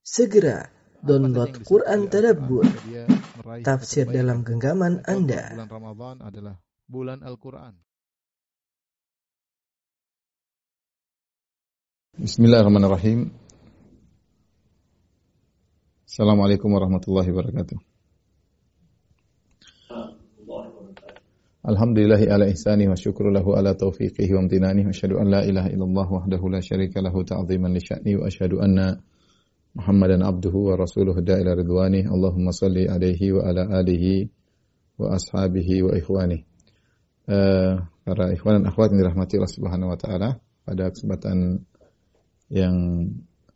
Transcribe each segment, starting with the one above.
Segera download Quran Tadabbur, tafsir dalam genggaman Anda. Bulan Ramadan adalah bulan Al-Quran. Bismillahirrahmanirrahim. Assalamualaikum warahmatullahi wabarakatuh. Alhamdulillahi ala ihsani wa syukru lahu ala taufiqihi wa amtinani wa asyhadu an la ilaha illallah wahdahu la syarika lahu ta'ziman li sya'ni wa asyhadu anna Muhammadan abduhu wa rasuluhu da'ila ridwani. Allahumma salli alaihi wa ala alihi wa ashabihi wa ikhwani. Para ikhwan dan akhwat yang dirahmati Allah Subhanahu wa taala, pada kesempatan yang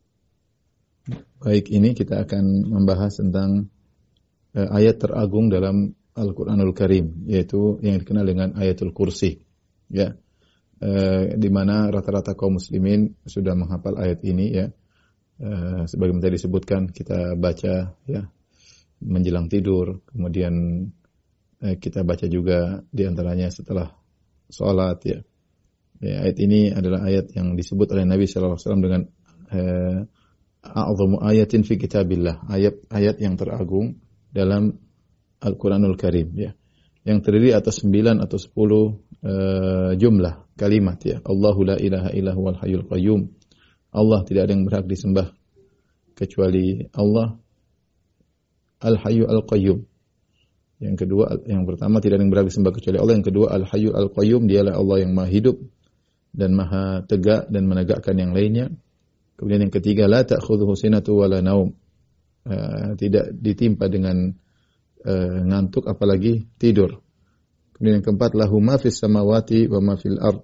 baik ini kita akan membahas tentang ayat teragung dalam Al-Quranul Karim, yaitu yang dikenal dengan ayatul kursi, ya, di mana rata-rata kaum muslimin sudah menghafal ayat ini, ya. Sebagaimana tadi disebutkan, kita baca, ya, menjelang tidur, kemudian kita baca juga diantaranya setelah sholat, ya. Ayat ini adalah ayat yang disebut oleh Nabi SAW dengan a'zamu ayatin fi kitabillah, ayat yang teragung dalam Al-Quranul Karim, ya, yang terdiri atas 9 atau 10 jumlah kalimat, ya. Allahu la ilaha illa huwal hayyul qayyum. Allah tidak ada yang berhak disembah kecuali Allah, Al-Hayyu Al-Qayyum. Yang kedua, yang pertama tidak ada yang berhak disembah kecuali Allah. Yang kedua, Al-Hayyu Al-Qayyum, dialah Allah yang Maha hidup dan Maha tegak dan menegakkan yang lainnya. Kemudian yang ketiga, la ta'khudhuhu sinatu wala naum. Tidak ditimpa dengan ngantuk apalagi tidur. Kemudian yang keempat, lahu ma fis samawati wa ma fil ard.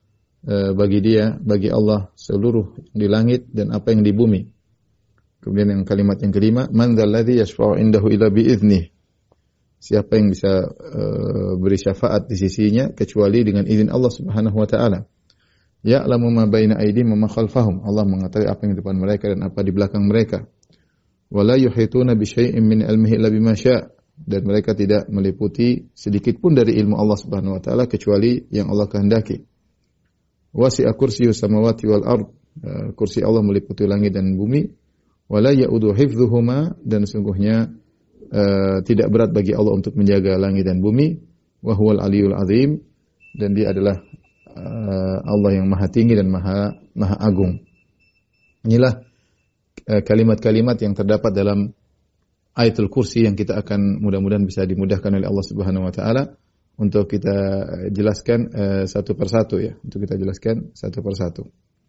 Bagi Allah seluruh di langit dan apa yang di bumi. Kemudian yang kalimat yang kelima, man dzalladzi yashfa'u indahu illa biiznih. Siapa yang bisa beri syafaat di sisinya kecuali dengan izin Allah Subhanahu wa taala. Ya'lamu ma baina aydihim wa ma khalfahum. Allah mengetahui apa yang di depan mereka dan apa di belakang mereka. Wa la yuhituna bi syai'in min ilmihi illa bima syaa'. Dan mereka tidak meliputi sedikit pun dari ilmu Allah Subhanahu wa taala kecuali yang Allah kehendaki. Wasi'a kursiyyus samawati wal ard. Kursi Allah meliputi langit dan bumi. Wala ya'udu hifdzuhuma, dan sungguhnya tidak berat bagi Allah untuk menjaga langit dan bumi. Wa huwal aliyyul azim, dan dia adalah Allah yang maha tinggi dan maha agung. Inilah kalimat-kalimat yang terdapat dalam ayatul kursi yang kita akan mudah-mudahan bisa dimudahkan oleh Allah Subhanahu wa taala untuk kita jelaskan satu persatu, ya, untuk kita jelaskan satu persatu.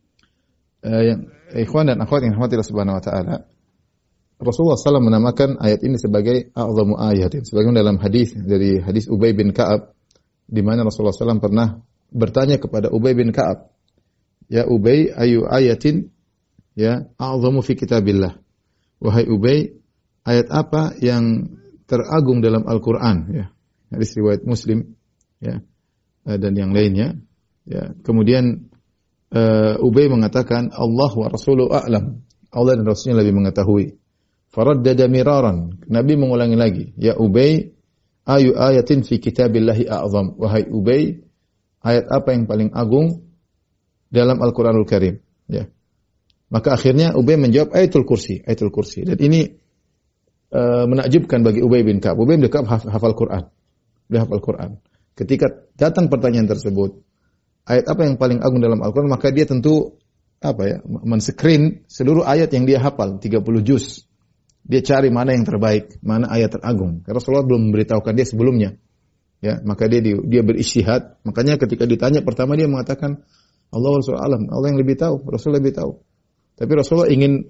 Yang ikhwan dan akhwat yang dirahmati Allah Subhanahu wa taala, Rasulullah SAW menamakan ayat ini sebagai a'zamu ayatin. Sebagaimana dalam dari hadis Ubay bin Ka'ab, di mana Rasulullah SAW pernah bertanya kepada Ubay bin Ka'ab, ya Ubay, ayu ayatin, ya, a'zamu fi kitabillah. Wahai Ubay, ayat apa yang teragung dalam Al-Quran, ya. Hadis riwayat Muslim, ya, dan yang lainnya, ya. Kemudian Ubay mengatakan, Allah wa Rasuluhu a'lam. Allah dan Rasulnya lebih mengetahui. Faraddada miraran. Nabi mengulangi lagi, ya Ubay, ayu ayatin fi kitabillahi a'zam. Wahai Ubay, ayat apa yang paling agung dalam Al-Quranul Karim, ya. Maka akhirnya Ubay menjawab ayatul kursi. Dan ini menakjubkan bagi Ubay bin Ka'ab. Ubay bin Ka'ab hafal Quran. Dia hafal Quran. Ketika datang pertanyaan tersebut, ayat apa yang paling agung dalam Al-Quran, maka dia tentu men-screen seluruh ayat yang dia hafal, 30 juz. Dia cari mana yang terbaik, mana ayat teragung. Karena Rasulullah belum memberitahukan dia sebelumnya. Ya, maka dia berijtihad. Makanya ketika ditanya pertama dia mengatakan Allah wa Rasulullah alam, Allah yang lebih tahu, Rasul lebih tahu. Tapi Rasulullah ingin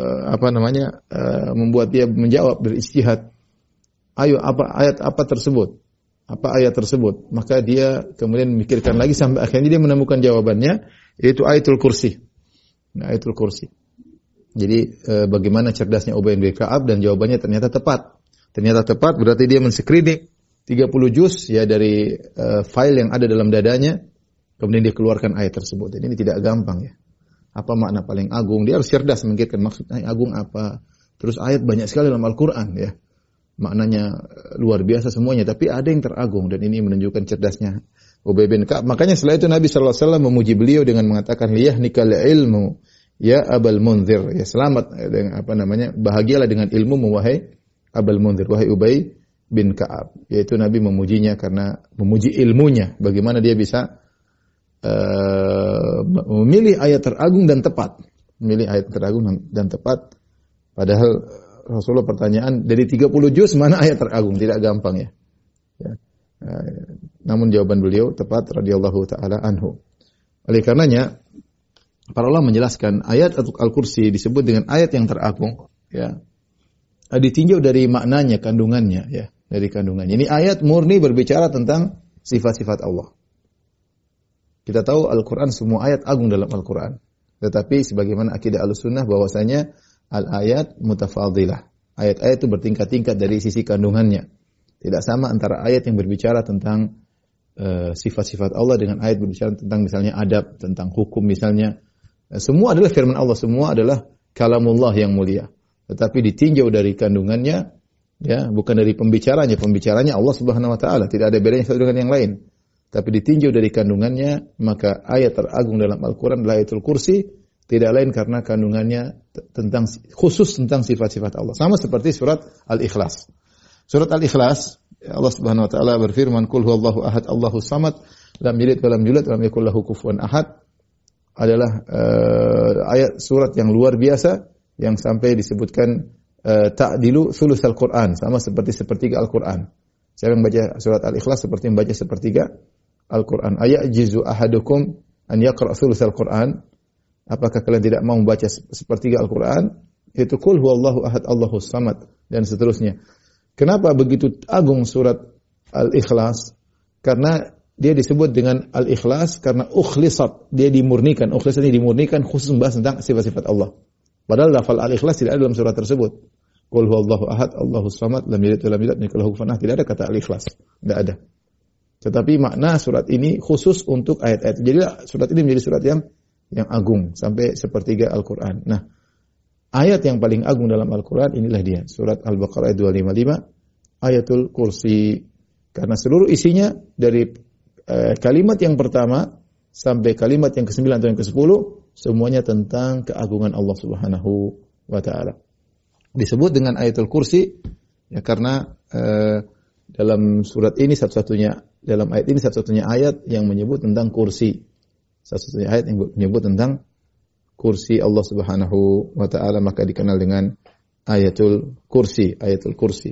membuat dia menjawab berijtihad. Ayo, ayat apa tersebut? Apa ayat tersebut? Maka dia kemudian memikirkan lagi sampai akhirnya dia menemukan jawabannya, yaitu ayatul kursi. Nah, ayatul kursi. Jadi bagaimana cerdasnya Ubay bin Ka'ab, dan jawabannya ternyata tepat. Ternyata tepat, berarti dia men-screening 30 juz, ya, dari file yang ada dalam dadanya, kemudian dia keluarkan ayat tersebut. Dan ini tidak gampang, ya. Apa makna paling agung? Dia harus cerdas memikirkan maksudnya agung apa. Terus ayat banyak sekali dalam Al-Quran, ya. Maknanya luar biasa semuanya, tapi ada yang teragung, dan ini menunjukkan cerdasnya Ubay bin Ka'ab. Makanya setelah itu Nabi SAW memuji beliau dengan mengatakan, liyahnikal ilmu ya Abal Munzir, ya selamat dengan bahagialah dengan ilmu wahai Abal Munzir, wahai Ubay bin Ka'ab, yaitu Nabi memujinya karena memuji ilmunya, bagaimana dia bisa memilih ayat teragung dan tepat. Memilih ayat teragung dan tepat. Padahal Rasulullah pertanyaan, dari 30 juz mana ayat teragung? Tidak gampang ya. Namun jawaban beliau tepat radhiyallahu taala anhu. Oleh karenanya para ulama menjelaskan ayat Al-Kursi disebut dengan ayat yang teragung ya. Ditinjau dari maknanya, kandungannya ya, dari kandungannya. Ini ayat murni berbicara tentang sifat-sifat Allah. Kita tahu Al-Quran, semua ayat agung dalam Al-Quran. Tetapi sebagaimana akidah Ahlussunnah bahwasanya al-ayat mutafadilah. Ayat-ayat itu bertingkat-tingkat dari sisi kandungannya. Tidak sama antara ayat yang berbicara tentang sifat-sifat Allah dengan ayat berbicara tentang misalnya adab, tentang hukum misalnya. Semua adalah firman Allah, semua adalah kalamullah yang mulia. Tetapi ditinjau dari kandungannya, ya, bukan dari pembicaranya. Pembicaranya Allah Subhanahu wa taala, tidak ada bedanya satu dengan yang lain. Tapi ditinjau dari kandungannya, maka ayat teragung dalam Al-Quran adalah ayatul kursi, tidak lain karena kandungannya khusus tentang sifat-sifat Allah. Sama seperti surat Al-Ikhlas. Surat Al-Ikhlas, Allah Subhanahu wa taala berfirman, "Qul huwallahu ahad, Allahus samad, lam yalid wa lam yulad wa lam yakul lahu kufuwan ahad." Adalah ayat surat yang luar biasa yang sampai disebutkan ta'dilu thulutsal Quran, sama seperti sepertiga Al-Quran. Saya membaca surat Al-Ikhlas seperti membaca sepertiga Al-Quran. Ayajizu ahadukum an yaqra' thulutsal Quran? Apakah kalian tidak mau membaca sepertiga Al-Quran? Itu qul huwallahu ahad, Allahus samad, dan seterusnya. Kenapa begitu agung surat Al-Ikhlas? Karena dia disebut dengan Al-Ikhlas karena ukhlisat, dia dimurnikan. Ukhlisat ini dimurnikan khusus membahas tentang sifat-sifat Allah. Padahal lafal Al-Ikhlas tidak ada dalam surat tersebut. Qul huwallahu ahad, Allahus samad, lam yalid wa lam yulad wa lam yakul lahu kufuwan ahad. Tidak ada kata Al-Ikhlas. Tidak ada. Tetapi makna surat ini khusus untuk ayat-ayat. Jadi surat ini menjadi surat yang agung sampai sepertiga Al-Quran. Nah, ayat yang paling agung dalam Al-Quran inilah dia. Surat Al-Baqarah ayat 255, ayatul kursi. Karena seluruh isinya dari kalimat yang pertama sampai kalimat yang ke-9 atau yang ke-10, semuanya tentang keagungan Allah Subhanahu wa taala. Disebut dengan ayatul kursi ya karena dalam surat ini dalam ayat ini satu-satunya ayat yang menyebut tentang kursi. Satu-satunya ayat yang menyebut tentang kursi Allah Subhanahu wa taala, maka dikenal dengan ayatul kursi, ayatul kursi.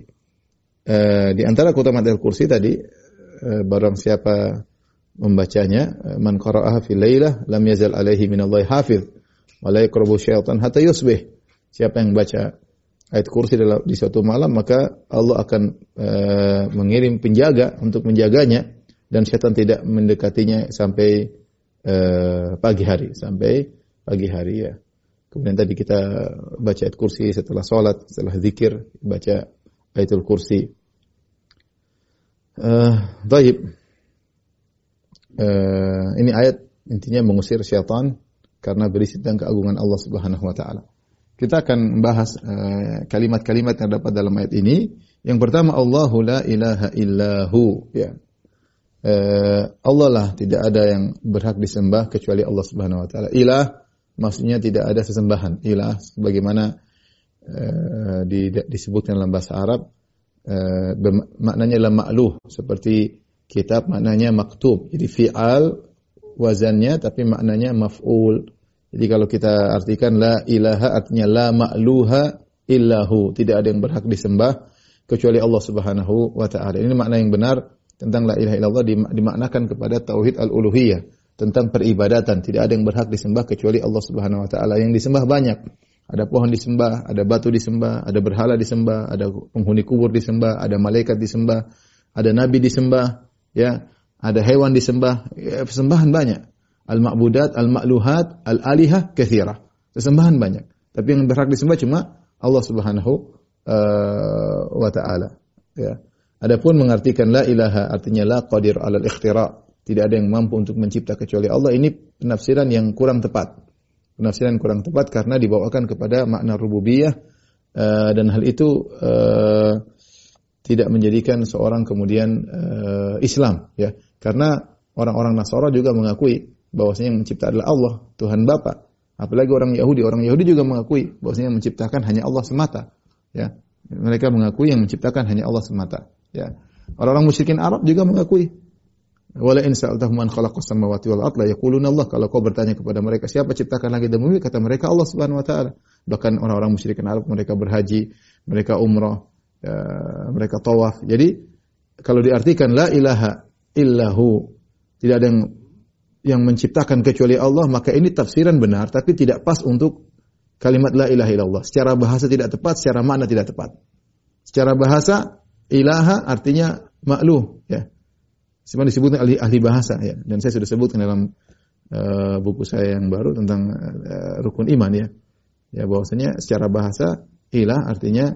Di antara keutamaan ayatul kursi tadi, barang siapa membacanya, man qara'aha fil lailah lam yazal alaihi minallahi hafiz wa la yaqrabu syaitan hatta yusbih. Siapa yang baca ayat kursi di suatu malam, maka Allah akan mengirim penjaga untuk menjaganya dan syaitan tidak mendekatinya sampai pagi hari ya. Kemudian tadi kita baca ayat kursi setelah salat, setelah zikir, baca ayatul kursi. Baik. Ini ayat intinya mengusir syaitan karena berisi tentang keagungan Allah Subhanahu wa taala. Kita akan membahas kalimat-kalimat yang dapat dalam ayat ini. Yang pertama, Allahu la ilaha illahu, ya. Allah lah, tidak ada yang berhak disembah kecuali Allah Subhanahu wa taala. Ilah maksudnya tidak ada sesembahan. Ilah sebagaimana disebutkan dalam bahasa Arab, maknanya adalah ma'luh, seperti kitab maknanya maktub. Jadi fi'al wazannya tapi maknanya maf'ul. Jadi kalau kita artikan la ilaha artinya la ma'luha illahu, tidak ada yang berhak disembah kecuali Allah Subhanahu wa taala. Ini makna yang benar tentang la ilaha illallah, dimaknakan kepada tauhid al-uluhiyah, tentang peribadatan. Tidak ada yang berhak disembah kecuali Allah Subhanahu wa taala. Yang disembah banyak. Ada pohon disembah, ada batu disembah, ada berhala disembah, ada penghuni kubur disembah, ada malaikat disembah, ada nabi disembah, ya, ada hewan disembah, ya, sembahan banyak. Al-ma'budat, al-ma'luhat, al-alihah katsirah. Sesembahan banyak. Tapi yang berhak disembah cuma Allah Subhanahu wa taala, ya. Adapun mengartikan la ilaha artinya la qadir 'alal ikhtira', tidak ada yang mampu untuk mencipta kecuali Allah. Ini penafsiran yang kurang tepat. Penafsiran kurang tepat karena dibawakan kepada makna rububiyah, dan hal itu tidak menjadikan seorang kemudian Islam, ya. Karena orang-orang Nasara juga mengakui bahwasanya yang mencipta adalah Allah, Tuhan Bapa. Apalagi orang Yahudi juga mengakui bahwasanya yang menciptakan hanya Allah semata. Ya, mereka mengakui yang menciptakan hanya Allah semata. Ya, orang-orang musyrikin Arab juga mengakui. Wala in sa'altahum man khalaqas samawati wal ardh la yaquluna Allah. Kalau kau bertanya kepada mereka siapa ciptakan langit dan bumi, kata mereka Allah Subhanahu wa taala. Bahkan orang-orang musyrikin Arab mereka berhaji, mereka umrah, mereka tawaf. Jadi kalau diartikan la ilaha illahu, tidak ada yang menciptakan kecuali Allah, maka ini tafsiran benar tapi tidak pas untuk kalimat la ilaha illallah. Secara bahasa tidak tepat, secara makna tidak tepat. Secara bahasa ilaha artinya makluh, ya. Sebenarnya disebutkan ahli bahasa, ya. Dan saya sudah sebutkan dalam buku saya yang baru tentang rukun iman, ya. Ya, bahwasanya secara bahasa ilah artinya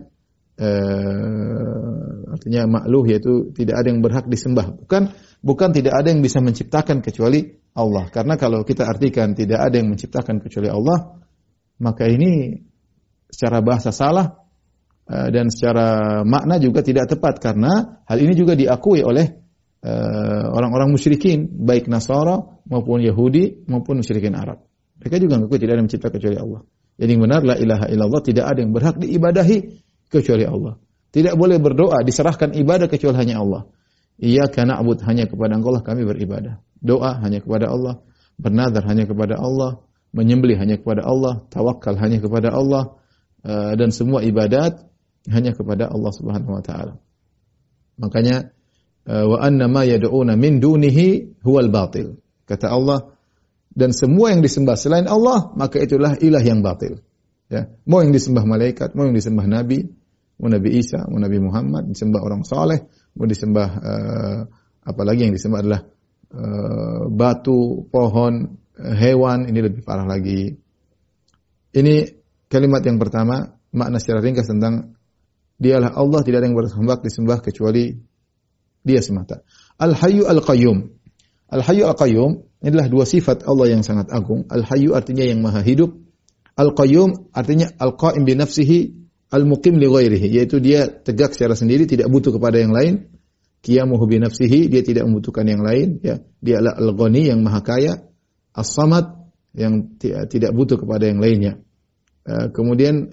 makluh, yaitu tidak ada yang berhak disembah. Bukan tidak ada yang bisa menciptakan kecuali Allah. Karena kalau kita artikan tidak ada yang menciptakan kecuali Allah, maka ini secara bahasa salah dan secara makna juga tidak tepat, karena hal ini juga diakui oleh orang-orang musyrikin, baik Nasara maupun Yahudi maupun musyrikin Arab. Mereka juga mengakui tidak ada yang menciptakan kecuali Allah. Jadi yang benar la ilaha illallah, tidak ada yang berhak diibadahi kecuali Allah. Tidak boleh berdoa diserahkan ibadah kecuali hanya Allah. Iyyaka na'bud, hanya kepada Engkau lah kami beribadah. Doa hanya kepada Allah, bernazar hanya kepada Allah, menyembelih hanya kepada Allah, tawakal hanya kepada Allah, dan semua ibadat hanya kepada Allah Subhanahu wa taala. Makanya wa anna ma yad'una min dunihi huwal batil. Kata Allah, dan semua yang disembah selain Allah, maka itulah ilah yang batil. Ya, mau yang disembah malaikat, mau yang disembah nabi, mau Nabi Isa, mau Nabi Muhammad, disembah orang saleh, mau disembah apalagi yang disembah adalah batu, pohon, hewan, ini lebih parah lagi. Ini kalimat yang pertama, makna secara ringkas tentang Dialah Allah, tidak ada yang berhak disembah kecuali Dia semata. Al-Hayyu Al-Qayyum. Al-Hayyu Al-Qayyum inilah dua sifat Allah yang sangat agung. Al-Hayyu artinya yang maha hidup. Al-Qayyum artinya Al-Qa'im bi nafsihi, Al-Muqim li ghairihi, yaitu dia tegak secara sendiri, tidak butuh kepada yang lain. Qiyamuhu bi nafsihi, dia tidak membutuhkan yang lain, ya. Dia adalah Al-Ghani yang maha kaya, As-Samad yang tidak butuh kepada yang lainnya. Kemudian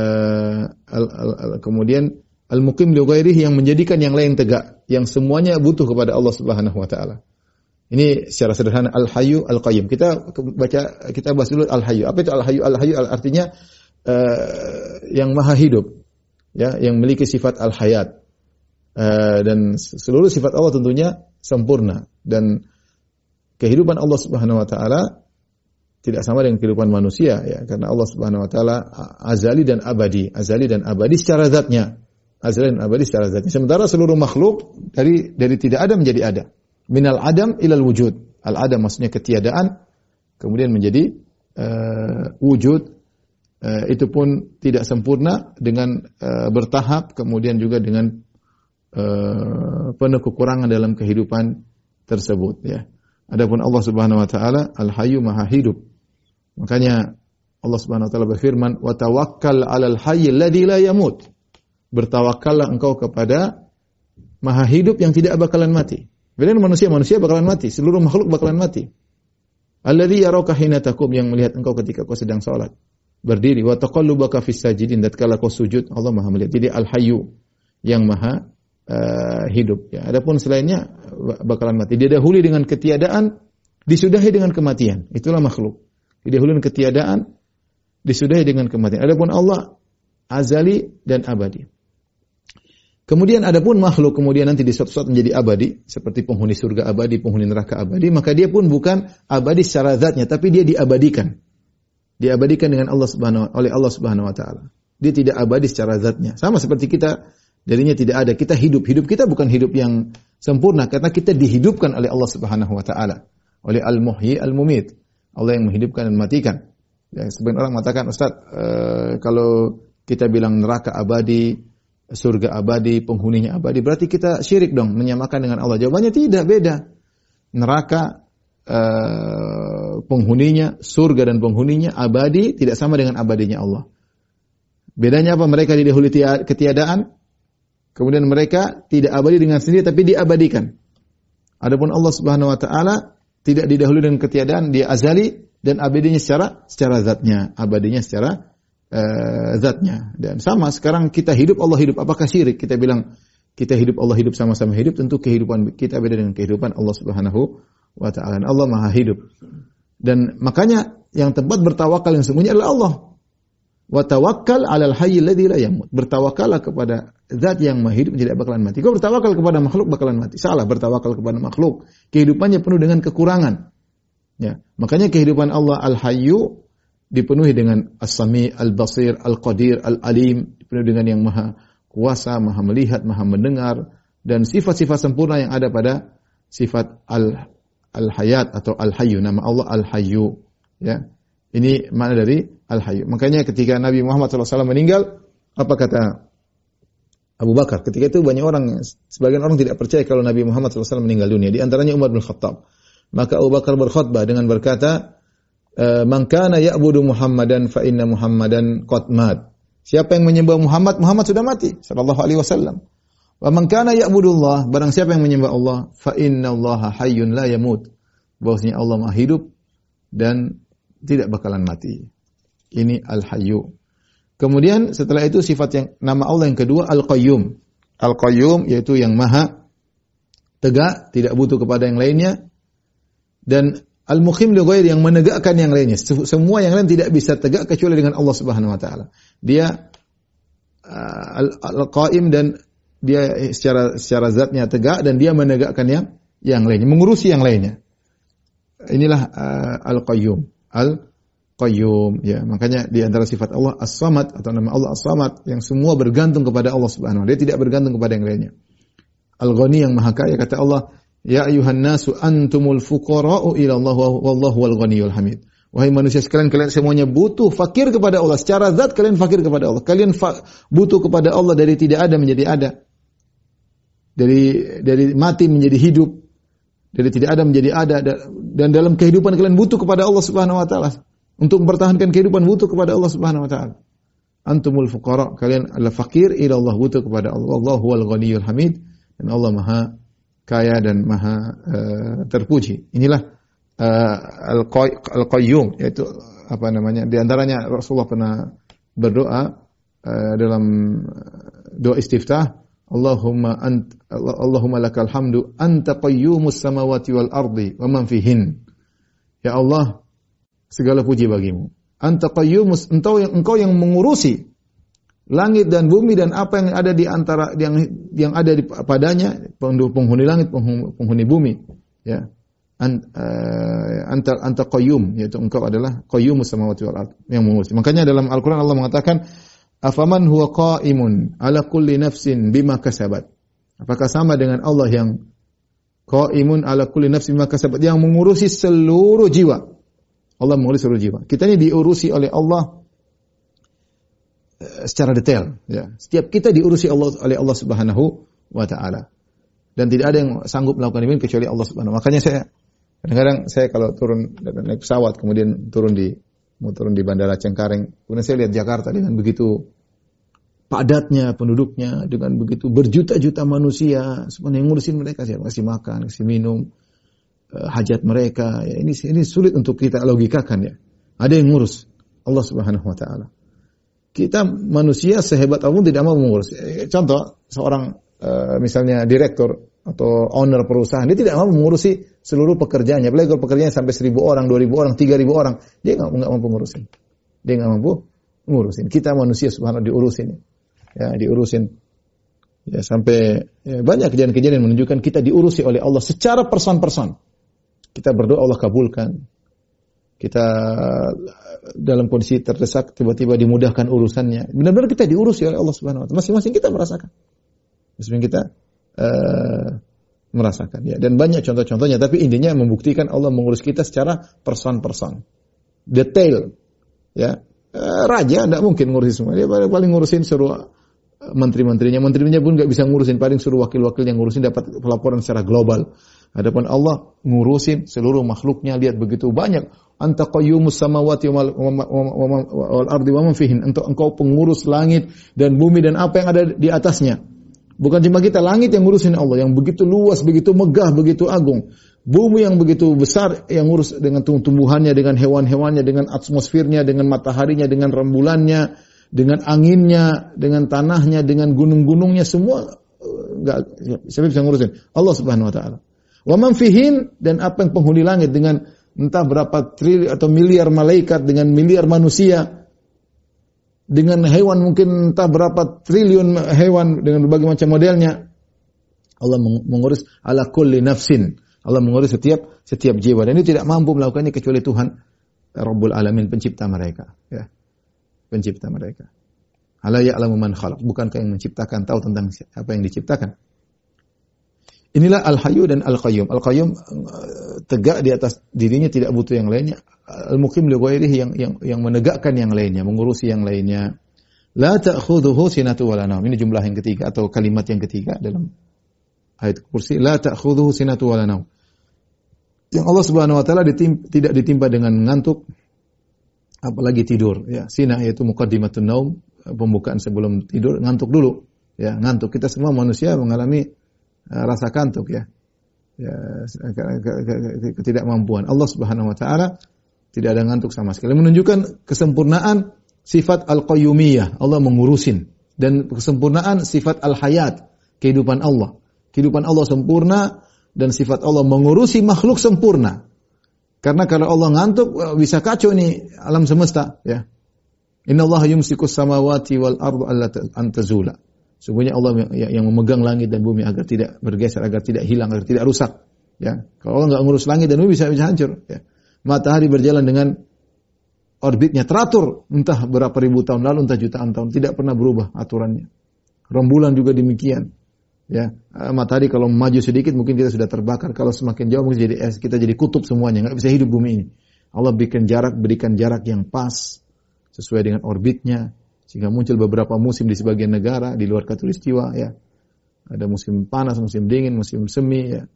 Al-Muqim li ghairihi, yang menjadikan yang lain tegak, yang semuanya butuh kepada Allah Subhanahu wa taala. Ini secara sederhana Al-Hayyu Al-Qayyum. Kita bahas dulu Al-Hayyu. Apa itu Al-Hayyu? Al-Hayyu artinya yang maha hidup, ya, yang memiliki sifat al-hayat. Dan seluruh sifat Allah tentunya sempurna, dan kehidupan Allah Subhanahu wa taala tidak sama dengan kehidupan manusia, ya, karena Allah Subhanahu wa taala azali dan abadi secara zatnya. Azali dan abadi secara zatnya. Sementara seluruh makhluk dari tidak ada menjadi ada. Minal adam ilal wujud. Al-adam maksudnya ketiadaan, kemudian menjadi wujud. Itu pun tidak sempurna, dengan bertahap, kemudian juga dengan penuh kekurangan dalam kehidupan tersebut, ya. Adapun Allah Subhanahu wa taala Al-Hayyu maha hidup. Makanya Allah Subhanahu wa taala berfirman, "Wa tawakkal 'alal hayyil ladzi la yamut." Bertawakkallah engkau kepada maha hidup yang tidak bakalan mati. Beda manusia bakalan mati, seluruh makhluk bakalan mati. Alladzi yaraka hina taqum, yang melihat engkau ketika kau sedang salat, berdiri. Wa taqallubaka fis sajidin, tatkala kau sujud, Allah Maha melihat. Jadi Al-Hayyu yang maha hidup, ya. Adapun selainnya bakalan mati. Didahului dengan ketiadaan, disudahi dengan kematian. Itulah makhluk. Didahului dengan ketiadaan, disudahi dengan kematian. Adapun Allah azali dan abadi. Kemudian adapun makhluk kemudian nanti di suatu saat menjadi abadi, seperti penghuni surga abadi, penghuni neraka abadi, maka dia pun bukan abadi secara zatnya, tapi dia diabadikan. Diabadikan dengan oleh Allah Subhanahu wa taala. Dia tidak abadi secara zatnya. Sama seperti kita, darinya tidak ada. Kita hidup kita bukan hidup yang sempurna, karena kita dihidupkan oleh Allah Subhanahu wa taala, oleh Al-Muhyi Al-Mumit. Allah yang menghidupkan dan mematikan. Ya, sebagian orang mengatakan, Ustaz, kalau kita bilang neraka abadi, surga abadi, penghuninya abadi, berarti kita syirik dong, menyamakan dengan Allah. Jawabannya tidak, beda. Neraka penghuninya, surga dan penghuninya abadi tidak sama dengan abadinya Allah. Bedanya apa? Mereka didahului ketiadaan, kemudian mereka tidak abadi dengan sendiri, tapi diabadikan. Adapun Allah Subhanahu wa taala tidak didahului dengan ketiadaan, dia azali dan abadinya secara zatnya, abadinya secara zatnya. Dan sama sekarang kita hidup, Allah hidup. Apakah syirik? Kita bilang kita hidup, Allah hidup, sama-sama hidup. Tentu kehidupan kita beda dengan kehidupan Allah Subhanahu wa ta'ala. Allah Maha hidup. Dan makanya yang tempat bertawakal yang sesungguhnya adalah Allah. Wa tawakkal 'alal hayyil ladzi la yamut. Bertawakallah kepada zat yang Maha hidup, tidak bakalan mati. Kau bertawakal kepada makhluk bakalan mati. Salah, bertawakal kepada makhluk. Kehidupannya penuh dengan kekurangan. Ya, makanya kehidupan Allah Al-Hayyu dipenuhi dengan As-Sami, Al-Basir, Al-Qadir, Al-Alim, dipenuhi dengan yang Maha Kuasa, Maha Melihat, Maha Mendengar, dan sifat-sifat sempurna yang ada pada sifat Al-Hayat atau Al-Hayyu. Nama Allah Al-Hayyu. Ya, ini makna dari Al-Hayyu. Makanya ketika Nabi Muhammad SAW meninggal, apa kata Abu Bakar? Ketika itu banyak orang, sebagian orang tidak percaya kalau Nabi Muhammad SAW meninggal dunia. Di antaranya Umar bin Khattab. Maka Abu Bakar berkhutbah dengan berkata, "Man kana ya'budu Muhammadan fa inna Muhammadan qad mat." Siapa yang menyembah Muhammad, Muhammad sudah mati sallallahu alaihi wasallam. Wa man kana ya'budullah, barang siapa yang menyembah Allah, fa innallaha hayyun la yamut. Bahwasanya Allah Maha hidup dan tidak bakalan mati. Ini Al-Hayyu. Kemudian setelah itu sifat yang nama Allah yang kedua Al-Qayyum. Al-Qayyum yaitu yang Maha tegak, tidak butuh kepada yang lainnya. Dan Al-Muqim li ghairi, yang menegakkan yang lainnya. Semua yang lain tidak bisa tegak kecuali dengan Allah Subhanahu wa taala. Dia Al-Qaim dan dia secara zatnya tegak dan dia menegakkan yang lainnya, mengurusi yang lainnya. Inilah Al-Qayyum. Al-Qayyum, ya. Makanya di antara sifat Allah As-Samad atau nama Allah As-Samad yang semua bergantung kepada Allah Subhanahu wa taala. Dia tidak bergantung kepada yang lainnya. Al-Ghani, yang Maha Kaya, kata Allah, "Ya ayuhan nasu antumul fuqara'u ila Allah wallahu wal ghaniyul hamid." Wahai manusia sekalian, kalian semuanya butuh, fakir kepada Allah. Secara zat kalian fakir kepada Allah. Kalian butuh kepada Allah dari tidak ada menjadi ada. Dari mati menjadi hidup. Dari tidak ada menjadi ada. Dan dalam kehidupan kalian butuh kepada Allah Subhanahu wa taala. Untuk mempertahankan kehidupan butuh kepada Allah Subhanahu wa taala. Antumul fuqara, kalian adalah fakir ila Allah, butuh kepada Allah. Wallahu wal ghaniyul hamid. Dan Allah Maha Kaya dan Maha terpuji. Inilah Al-Qayyum, yaitu apa namanya? Di antaranya Rasulullah pernah berdoa dalam doa istiftah, Allahumma lakal hamdu anta qayyumus samawati wal ardi wa man fihin. Ya Allah, segala puji bagimu. Anta qayyumus, engkau yang mengurusi langit dan bumi dan apa yang ada di antara yang ada padanya, penghuni langit, penghuni bumi, ya. Anta qayyum, yaitu engkau adalah qayyumus samawati wal ardh, yang mengurusi. Makanya dalam Al-Qur'an Allah mengatakan, afaman huwa qa'imun ala kulli nafsin bima kasabat. Apakah sama dengan Allah yang qa'imun ala kulli nafsin bima kasabat, yang mengurusi seluruh jiwa. Allah mengurusi seluruh jiwa. Kita ini diurusi oleh Allah secara detail, ya. Setiap kita diurusi oleh Allah Subhanahu wa taala. Dan tidak ada yang sanggup melakukan ini kecuali Allah Subhanahu. Makanya kadang-kadang saya kalau turun naik pesawat kemudian mau turun di Bandara Cengkareng, kemudian saya lihat Jakarta dengan begitu padatnya penduduknya, dengan begitu berjuta-juta manusia, semuanya yang ngurusin mereka, siapa kasih makan, kasih minum, hajat mereka. Ya, ini sulit untuk kita logikakan, ya. Ada yang ngurus, Allah Subhanahu wa taala. Kita manusia sehebat apapun tidak mau mengurus. Contoh, seorang misalnya direktur atau owner perusahaan, dia tidak mampu mengurusi seluruh pekerjaannya. Apalagi kalau pekerjaannya sampai 1.000 orang, 2.000 orang, 3.000 orang, dia nggak mampu ngurusin. Dia nggak mampu ngurusin. Kita manusia subhanallah diurusin, ya, diurusin. Ya, sampai banyak kejadian-kejadian menunjukkan kita diurusi oleh Allah secara person-person. Kita berdoa Allah kabulkan. Kita dalam kondisi terdesak tiba-tiba dimudahkan urusannya. Benar-benar kita diurusi oleh Allah Subhanahu wa taala. Masing-masing kita merasakan. Masing-masing kita merasakan, ya. Dan banyak contoh-contohnya, tapi intinya membuktikan Allah mengurus kita secara person-person, detail, ya. Raja tidak mungkin ngurusin semua, dia paling ngurusin suruh menteri-menterinya pun nggak bisa ngurusin, paling suruh wakil-wakil yang ngurusin, dapat pelaporan secara global. Adapun Allah ngurusin seluruh makhluknya, lihat begitu banyak. Anta qayyumus samawati wal ardi wa man fihin, engkau pengurus langit dan bumi dan apa yang ada di atasnya. Bukan cuma kita, langit yang ngurusin Allah, yang begitu luas, begitu megah, begitu agung. Bumi yang begitu besar yang ngurus dengan tumbuhannya, dengan hewan-hewannya, dengan atmosfernya, dengan mataharinya, dengan rembulannya, dengan anginnya, dengan tanahnya, dengan gunung-gunungnya, semua enggak siapa bisa ngurusin? Allah Subhanahu wa taala. Wa man fihin, dan apa yang penghuni langit dengan entah berapa triliun atau miliar malaikat, dengan miliar manusia, dengan hewan mungkin entah berapa triliun hewan dengan berbagai macam modelnya. Allah mengurus ala kulli nafsin. Allah mengurus setiap jiwa, dan itu tidak mampu melakukannya kecuali Tuhan Rabbul Alamin, pencipta mereka, ya. Pencipta mereka. Ala ya'lamu man khalaq, bukankah yang menciptakan tahu tentang apa yang diciptakan. Inilah Al-Hayyu dan Al-Qayyum. Al-Qayyum tegak di atas dirinya, tidak butuh yang lainnya. Al-Muqim li ghairihi, yang menegakkan yang lainnya, mengurusi yang lainnya. La ta'khudhuhu sinatu wa la naum. Ini jumlah yang ketiga atau kalimat yang ketiga dalam ayat kursi. La ta'khudhuhu sinatu wa la naum. Yang Allah Subhanahu wa taala tidak ditimpa dengan ngantuk, apalagi tidur, ya. Sina yaitu muqaddimatun naum, pembukaan sebelum tidur, ngantuk dulu, ya, ngantuk. Kita semua manusia mengalami rasa kantuk, ya. Ya, ketidakmampuan. Allah Subhanahu wa taala tidak ada ngantuk sama sekali, menunjukkan kesempurnaan sifat al-qayyumiyah, Allah mengurusin, dan kesempurnaan sifat al-hayat, kehidupan Allah. Kehidupan Allah sempurna, dan sifat Allah mengurusi makhluk sempurna. Karena kalau Allah ngantuk, bisa kacau nih alam semesta, ya. Innallaha yumsikus samawati wal ardu an tazula. Sungguhnya Allah yang memegang langit dan bumi agar tidak bergeser, agar tidak hilang, agar tidak rusak, ya. Kalau Allah enggak ngurus langit dan bumi, bisa hancur, ya. Matahari berjalan dengan orbitnya teratur, entah berapa ribu tahun lalu, entah jutaan tahun, tidak pernah berubah aturannya. Rembulan juga demikian. Ya, matahari kalau maju sedikit mungkin kita sudah terbakar, kalau semakin jauh mungkin jadi es, kita jadi kutub semuanya, nggak bisa hidup bumi ini. Allah berikan jarak yang pas sesuai dengan orbitnya, sehingga muncul beberapa musim di sebagian negara di luar khatulistiwa, ya. Ada musim panas, musim dingin, musim semi, ya.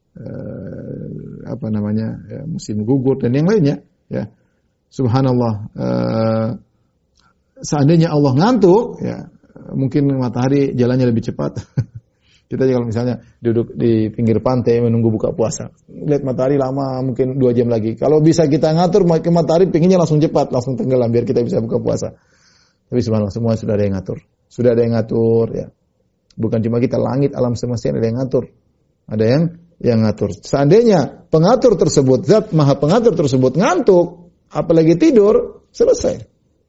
Ya, musim gugur dan yang lainnya, ya. Subhanallah. Seandainya Allah ngantuk, ya, mungkin matahari jalannya lebih cepat. Kita kalau misalnya duduk di pinggir pantai menunggu buka puasa, lihat matahari lama, mungkin 2 jam lagi. Kalau bisa kita ngatur, matahari pinginnya langsung cepat, langsung tenggelam biar kita bisa buka puasa. Tapi subhanallah, semua sudah ada yang ngatur. Sudah ada yang ngatur, ya. Bukan cuma kita, langit, alam semesta ada yang ngatur. Ada yang ngatur. Seandainya pengatur tersebut, zat maha pengatur tersebut ngantuk, apalagi tidur, selesai.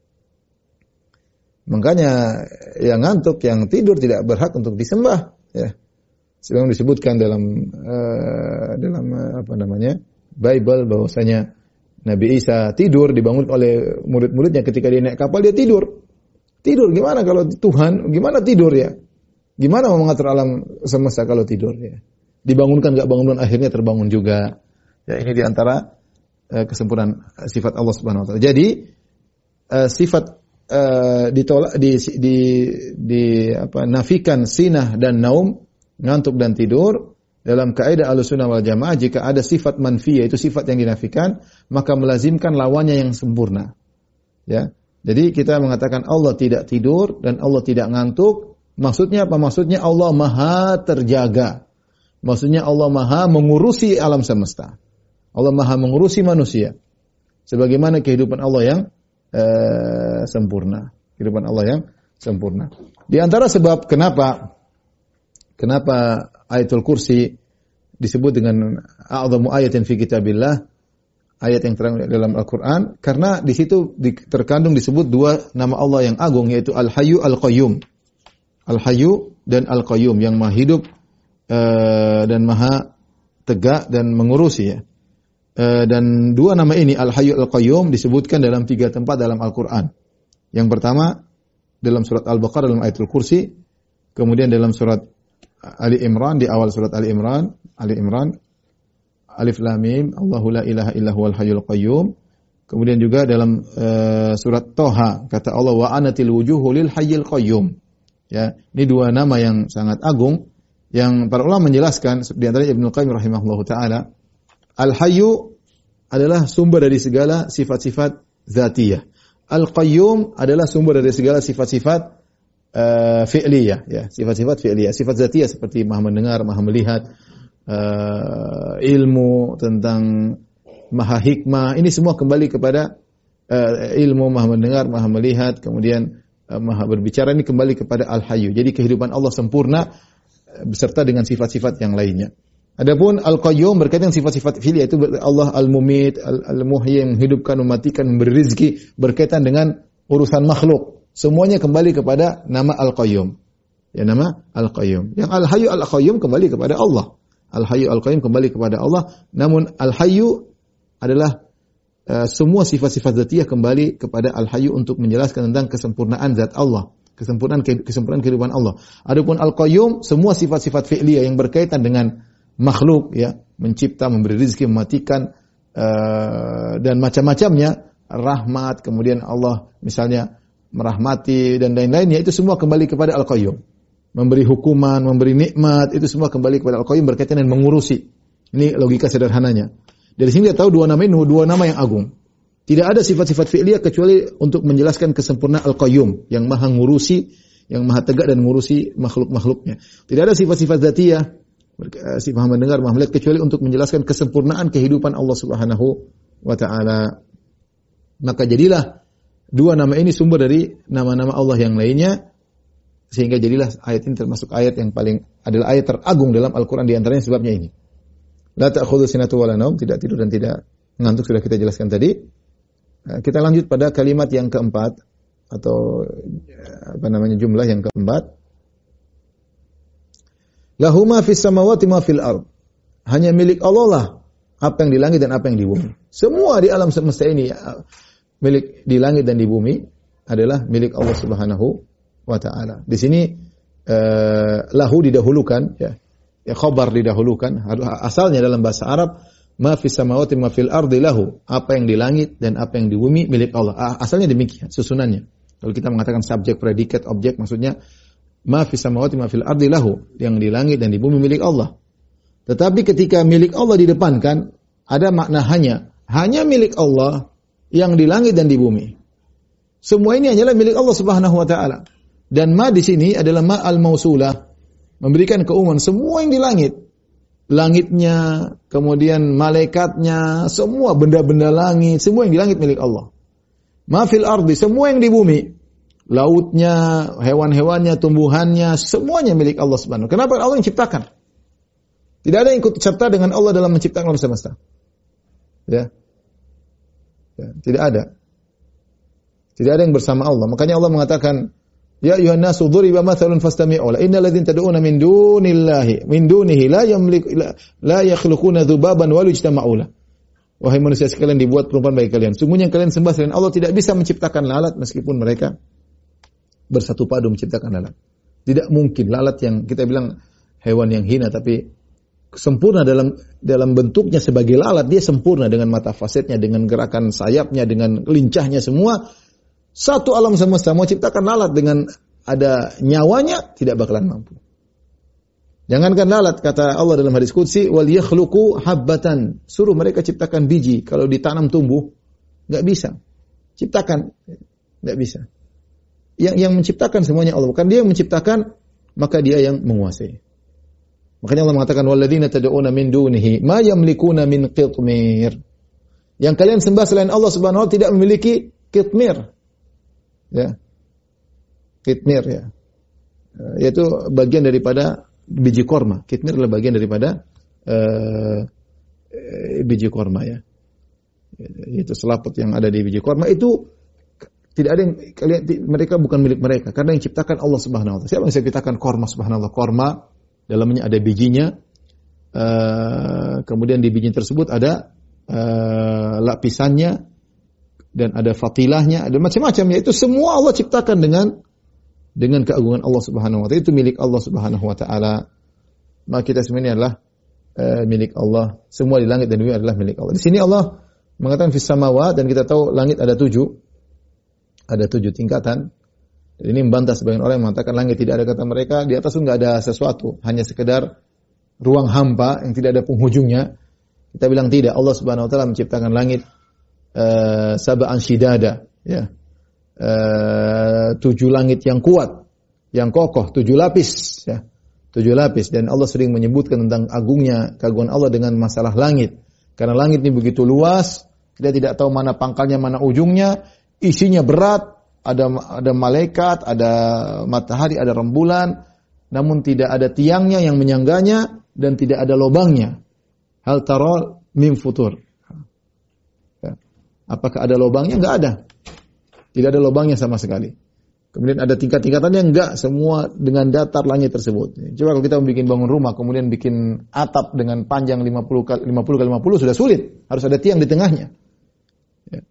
Makanya yang ngantuk, yang tidur tidak berhak untuk disembah. Ya, sedang disebutkan dalam Bible bahwasanya Nabi Isa tidur, dibangun oleh murid-muridnya ketika dia naik kapal, dia tidur. Tidur, gimana kalau Tuhan, gimana tidur, ya? Gimana mau mengatur alam semesta kalau tidur, ya? Dibangunkan enggak bangun, akhirnya terbangun juga. Ya, ini diantara kesempurnaan sifat Allah Subhanahu wa taala. Jadi sifat ditolak, nafikan sinah dan naum, ngantuk dan tidur. Dalam kaidah Ahlussunnah wal Jamaah, jika ada sifat manfiyah, itu sifat yang dinafikan, maka melazimkan lawannya yang sempurna. Ya. Jadi kita mengatakan Allah tidak tidur dan Allah tidak ngantuk, maksudnya apa? Maksudnya Allah Maha terjaga. Maksudnya Allah Maha mengurusi alam semesta. Allah Maha mengurusi manusia. Sebagaimana kehidupan Allah yang sempurna. Kehidupan Allah yang sempurna. Di antara sebab kenapa Ayatul Kursi disebut dengan a'dhamu ayatin fi kitabillah, ayat yang terang dalam Al-Qur'an, karena di situ terkandung disebut 2 nama Allah yang agung, yaitu Al-Hayyu Al-Qayyum. Al-Hayyu dan Al-Qayyum, yang Maha hidup dan Maha tegak dan mengurusi, ya. Dan 2 nama ini, Al-Hayyu Al-Qayyum, disebutkan dalam 3 tempat dalam Al-Quran. Yang pertama dalam surat Al-Baqarah dalam Ayatul Kursi, kemudian dalam surat Ali Imran, di awal surat Ali Imran, Alif Lam Mim, Allahu la ilaha illa huwal hayyul qayyum. Kemudian juga dalam surat Toha, kata Allah, wa anatil wujuhu lil hayyil qayyum. Ya, ini 2 nama yang sangat agung, yang para ulama menjelaskan, di antaranya Ibnu Qayyim rahimahullahu taala, Al-Hayyu adalah sumber dari segala sifat-sifat zatiyah. Al-Qayyum adalah sumber dari segala sifat-sifat fi'liyah, ya, sifat-sifat fi'liyah. Sifat zatiyah seperti Maha mendengar, Maha melihat, ilmu, tentang maha hikmah. Ini semua kembali kepada ilmu, maha mendengar, maha melihat, kemudian maha berbicara. Ini kembali kepada Al-Hayyu. Jadi kehidupan Allah sempurna beserta dengan sifat-sifat yang lainnya. Adapun Al-Qayyum berkaitan dengan sifat-sifat fi'liyah, itu Allah Al-Mumit, Al-Muhyi, yang menghidupkan, mematikan, memberi rezeki, berkaitan dengan urusan makhluk. Semuanya kembali kepada nama Al-Qayyum. Ya, nama Al-Qayyum. Yang Al-Hayyu Al-Qayyum kembali kepada Allah. Al-Hayyu Al-Qayyum kembali kepada Allah. Namun Al-Hayyu adalah semua sifat-sifat dzatiyah kembali kepada Al-Hayyu untuk menjelaskan tentang kesempurnaan zat Allah, kesempurnaan kehidupan Allah. Adapun Al-Qayyum semua sifat-sifat fi'liyah yang berkaitan dengan makhluk, ya, mencipta, memberi rezeki, mematikan, dan macam-macamnya, rahmat, kemudian Allah misalnya merahmati dan lain-lainnya, itu semua kembali kepada Al-Qayyum. Memberi hukuman, memberi nikmat, itu semua kembali kepada Al-Qayyum berkaitan dengan mengurusi. Ini logika sederhananya. Dari sini kita tahu dua nama ini dua nama yang agung. Tidak ada sifat-sifat fi'liyah kecuali untuk menjelaskan kesempurnaan Al-Qayyum yang maha ngurusi, yang maha tegak dan ngurusi makhluk-makhluknya. Tidak ada sifat-sifat dzatiyah, si maha mendengar, maha melihat, kecuali untuk menjelaskan kesempurnaan kehidupan Allah Subhanahu wa taala. Maka jadilah dua nama ini sumber dari nama-nama Allah yang lainnya, sehingga jadilah ayat ini termasuk ayat yang adalah ayat teragung dalam Al-Qur'an, di antaranya sebabnya ini. La ta'khudhu sinatu wala naum, tidak tidur dan tidak ngantuk, sudah kita jelaskan tadi. Kita lanjut pada kalimat yang keempat, atau jumlah yang keempat. Lahu ma fis samawati ma fil ard. Hanya milik Allah lah apa yang di langit dan apa yang di bumi. Semua di alam semesta ini, milik di langit dan di bumi, adalah milik Allah Subhanahu wa taala. Di sini lahu didahulukan, ya. Ya, khabar didahulukan. Asalnya dalam bahasa Arab, ma fis samawati ma fil ardi lahu. Apa yang di langit dan apa yang di bumi milik Allah. Asalnya demikian susunannya. Kalau kita mengatakan subjek, predikat, objek, maksudnya ma fis samawati ma fil ardi lahu, yang di langit dan di bumi milik Allah. Tetapi ketika milik Allah didepankan, ada makna hanya milik Allah yang di langit dan di bumi. Semua ini hanyalah milik Allah Subhanahu wa taala. Dan ma di sini adalah ma al-mausulah, memberikan keumuman semua yang di langit. Langitnya, kemudian malaikatnya, semua benda-benda langit, semua yang di langit milik Allah. Ma fil ardi, semua yang di bumi. Lautnya, hewan-hewannya, tumbuhannya, semuanya milik Allah Subhanahu. Kenapa? Allah yang ciptakan. Tidak ada yang ikut serta dengan Allah dalam menciptakan alam semesta. Ya. Tidak ada. Tidak ada yang bersama Allah. Makanya Allah mengatakan, ya ayuhan nasu dhuriba mathalun fastami'u la innal ladzina tad'una min dunihi la yakhluquna dzubaban wa la yajtama'u la. Wahai manusia sekalian, dibuat perumpamaan bagi kalian. Sungguhnya yang kalian sembah selain Allah tidak bisa menciptakan lalat meskipun mereka bersatu padu menciptakan lalat. Tidak mungkin. Lalat yang kita bilang hewan yang hina tapi sempurna dalam bentuknya sebagai lalat, dia sempurna dengan mata fasetnya, dengan gerakan sayapnya, dengan lincahnya semua. Satu alam semesta mau ciptakan lalat dengan ada nyawanya tidak bakalan mampu. Jangankan lalat, kata Allah dalam hadis qudsi, wal yakhluqu habbatan, suruh mereka ciptakan biji, kalau ditanam tumbuh enggak bisa. Ciptakan enggak bisa. Yang menciptakan semuanya Allah, bukan dia yang menciptakan, maka dia yang menguasai. Makanya Allah mengatakan walladzina tad'una min dunihi ma yamlikuna min qitmir. Yang kalian sembah selain Allah Subhanahu wa taala tidak memiliki qitmir. Ya. Qitmir, ya. Yaitu bagian daripada biji korma. Qitmir adalah bagian daripada biji korma, ya. Itu selaput yang ada di biji korma itu tidak ada yang mereka bukan milik mereka, karena yang ciptakan Allah Subhanahu wa taala. Siapa yang bisa ciptakan korma subhanallah? Korma dalamnya ada bijinya, kemudian di biji tersebut ada lapisannya, dan ada fatilahnya, ada macam-macam. Itu semua Allah ciptakan dengan keagungan Allah Subhanahu wa taala. Itu milik Allah Subhanahu wa taala. Maka kita semuanya adalah milik Allah. Semua di langit dan bumi adalah milik Allah. Di sini Allah mengatakan fis samawat, dan kita tahu langit ada 7. Ada 7 tingkatan. Dan ini membantah sebagian orang yang mengatakan langit tidak ada, kata mereka di atas itu enggak ada sesuatu, hanya sekedar ruang hampa yang tidak ada penghujungnya. Kita bilang tidak. Allah Subhanahu wa taala menciptakan langit sab'an shidada, ya. 7 langit yang kuat, yang kokoh, 7 lapis, ya. 7 lapis. Dan Allah sering menyebutkan tentang agungnya, keagungan Allah dengan masalah langit. Karena langit ini begitu luas, kita tidak tahu mana pangkalnya, mana ujungnya, isinya berat, ada malaikat, ada matahari, ada rembulan, namun tidak ada tiangnya yang menyangganya dan tidak ada lubangnya. Hal tara min futur. Apakah ada lubangnya? Enggak ada. Tidak ada lubangnya sama sekali. Kemudian ada tingkat-tingkatannya? Enggak, semua dengan datar langit tersebut. Coba kalau kita membuat bangun rumah, kemudian bikin atap dengan panjang 50 kali 50 sudah sulit. Harus ada tiang di tengahnya. Ya.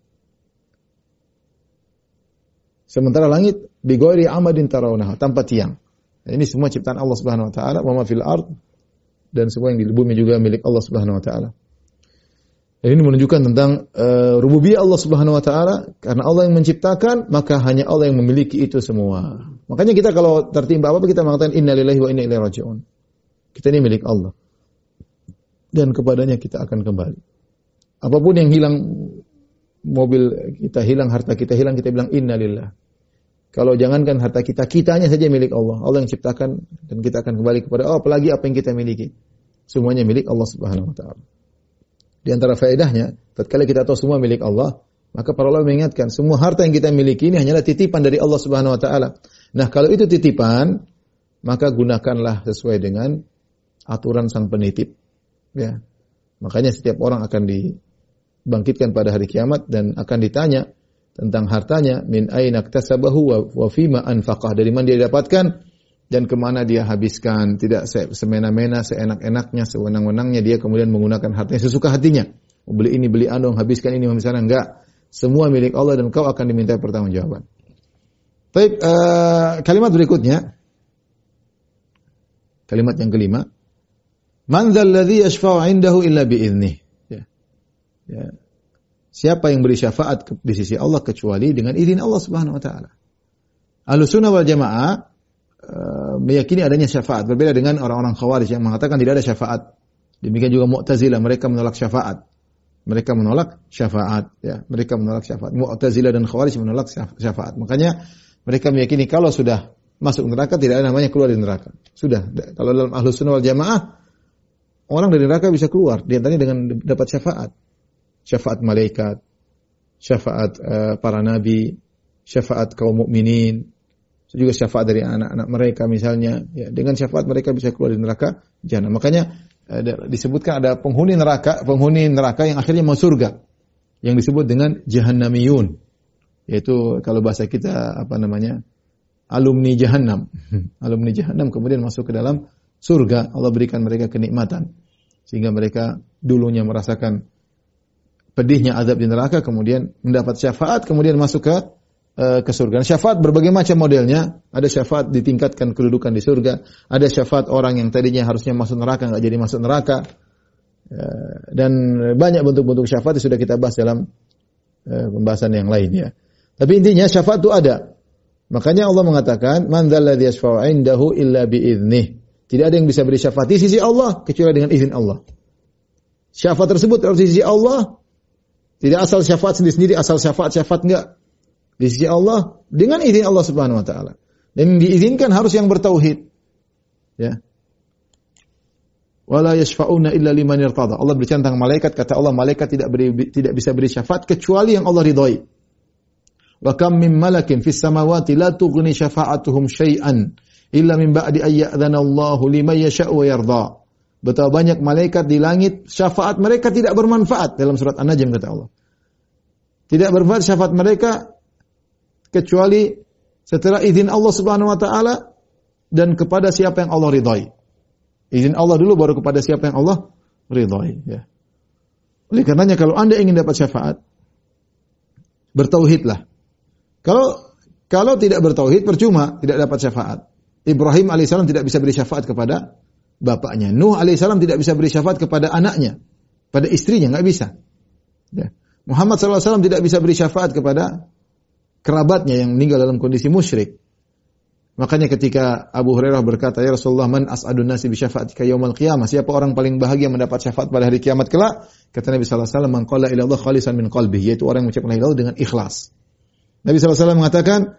Sementara langit bighairi amadin tarawnaha, tanpa tiang. Ini semua ciptaan Allah Subhanahu wa taala, wa ma fil ard, dan semua yang di bumi juga milik Allah Subhanahu wa taala. Dan ini menunjukkan tentang rububiyah Allah Subhanahu wa taala, karena Allah yang menciptakan, maka hanya Allah yang memiliki itu semua. Makanya kita kalau tertimpa apa-apa kita mengatakan innalillahi wa inna ilaihi raji'un. Kita ini milik Allah. Dan kepadanya kita akan kembali. Apapun yang hilang, mobil kita hilang, harta kita hilang, kita bilang innalillah. Kalau jangankan harta kita, kitanya saja milik Allah. Allah yang ciptakan dan kita akan kembali kepada Allah. Apalagi apa yang kita miliki. Semuanya milik Allah Subhanahu wa taala. Di antara faedahnya, tatkala kita tahu semua milik Allah, maka para ulama mengingatkan semua harta yang kita miliki ini hanyalah titipan dari Allah Subhanahu wa taala. Nah, kalau itu titipan, maka gunakanlah sesuai dengan aturan sang penitip. Ya. Makanya setiap orang akan dibangkitkan pada hari kiamat dan akan ditanya tentang hartanya, min aina iktasabahu wa fima anfaqah, dari mana dia dapatkan dan kemana dia habiskan. Tidak semena-mena, seenak-enaknya, sewenang-wenangnya dia kemudian menggunakan hartanya sesuka hatinya. Beli ini, beli anu, habiskan ini, habiskan enggak. Semua milik Allah dan kau akan diminta pertanggungjawaban. Baik, kalimat berikutnya, kalimat yang kelima, man dzalladzi yashfa'u 'indahu illa bi'idnih. Ya. Siapa yang beri syafaat di sisi Allah kecuali dengan izin Allah Subhanahu wa taala. Ahlussunnah wal Jamaah meyakini adanya syafaat, berbeda dengan orang-orang Khawarij yang mengatakan tidak ada syafaat. Demikian juga Mu'tazilah, mereka menolak syafaat. Mereka menolak syafaat, ya. Mereka menolak syafaat. Mu'tazilah dan Khawarij menolak syafaat. Makanya mereka meyakini kalau sudah masuk neraka tidak ada namanya keluar dari neraka. Sudah. Kalau dalam Ahlussunnah wal Jamaah orang dari neraka bisa keluar di antaranya dengan dapat syafaat. Syafaat malaikat, syafaat para nabi, syafaat kaum mukminin, juga syafaat dari anak-anak mereka misalnya. Ya, dengan syafaat mereka bisa keluar dari neraka jahanam. Makanya disebutkan ada penghuni neraka yang akhirnya masuk surga, yang disebut dengan jahannamiyun, yaitu kalau bahasa kita alumni jahannam. Alumni jahannam kemudian masuk ke dalam surga. Allah berikan mereka kenikmatan sehingga mereka dulunya merasakan pedihnya azab di neraka, kemudian mendapat syafaat, kemudian masuk ke surga. Syafaat berbagai macam modelnya. Ada syafaat ditingkatkan kedudukan di surga. Ada syafaat orang yang tadinya harusnya masuk neraka nggak jadi masuk neraka. Dan banyak bentuk-bentuk syafaat yang sudah kita bahas dalam pembahasan yang lainnya. Tapi intinya syafaat itu ada. Makanya Allah mengatakan, man dzalladzi yashfa'u 'indahu illa bi'idnih. Tidak ada yang bisa beri syafaat di sisi Allah kecuali dengan izin Allah. Syafaat tersebut dari sisi Allah. Tidak asal syafaat sendiri-sendiri, asal syafaat enggak. Di sisi Allah dengan izin Allah Subhanahu wa taala. Dan diizinkan harus yang bertauhid. Ya. Wala yashfa'una illa liman irtada. Allah berbicara tentang malaikat, kata Allah malaikat tidak bisa beri syafaat kecuali yang Allah ridhai. Wa kam min malakin fis samawati la tughni syafa'atuhum syai'an illa min ba'di ay ya'dzana Allahu liman yasha'u wa yarda. Betapa banyak malaikat di langit, syafaat mereka tidak bermanfaat. Dalam surat An-Najm kata Allah. Tidak bermanfaat syafaat mereka kecuali setelah izin Allah Subhanahu wa taala dan kepada siapa yang Allah ridhai. Izin Allah dulu baru kepada siapa yang Allah ridhai, ya. Oleh karenanya kalau Anda ingin dapat syafaat, bertauhidlah. Kalau tidak bertauhid percuma, tidak dapat syafaat. Ibrahim alaihissalam tidak bisa beri syafaat kepada bapaknya. Nuh alaihissalam tidak bisa beri syafaat kepada anaknya, pada istrinya, nggak bisa. Ya. Muhammad SAW tidak bisa beri syafaat kepada kerabatnya yang meninggal dalam kondisi musyrik. Makanya ketika Abu Hurairah berkata, ya Rasulullah, man as'adun nasi bi syafaatika yaumal qiyamah? Siapa orang paling bahagia mendapat syafaat pada hari kiamat kelak? Kata Nabi sallallahu alaihi wasallam, man qala ila Allah khalisan min qalbihi, yaitu orang yang mengucapkan la ilaha illallah dengan ikhlas. Nabi sallallahu alaihi wasallam mengatakan,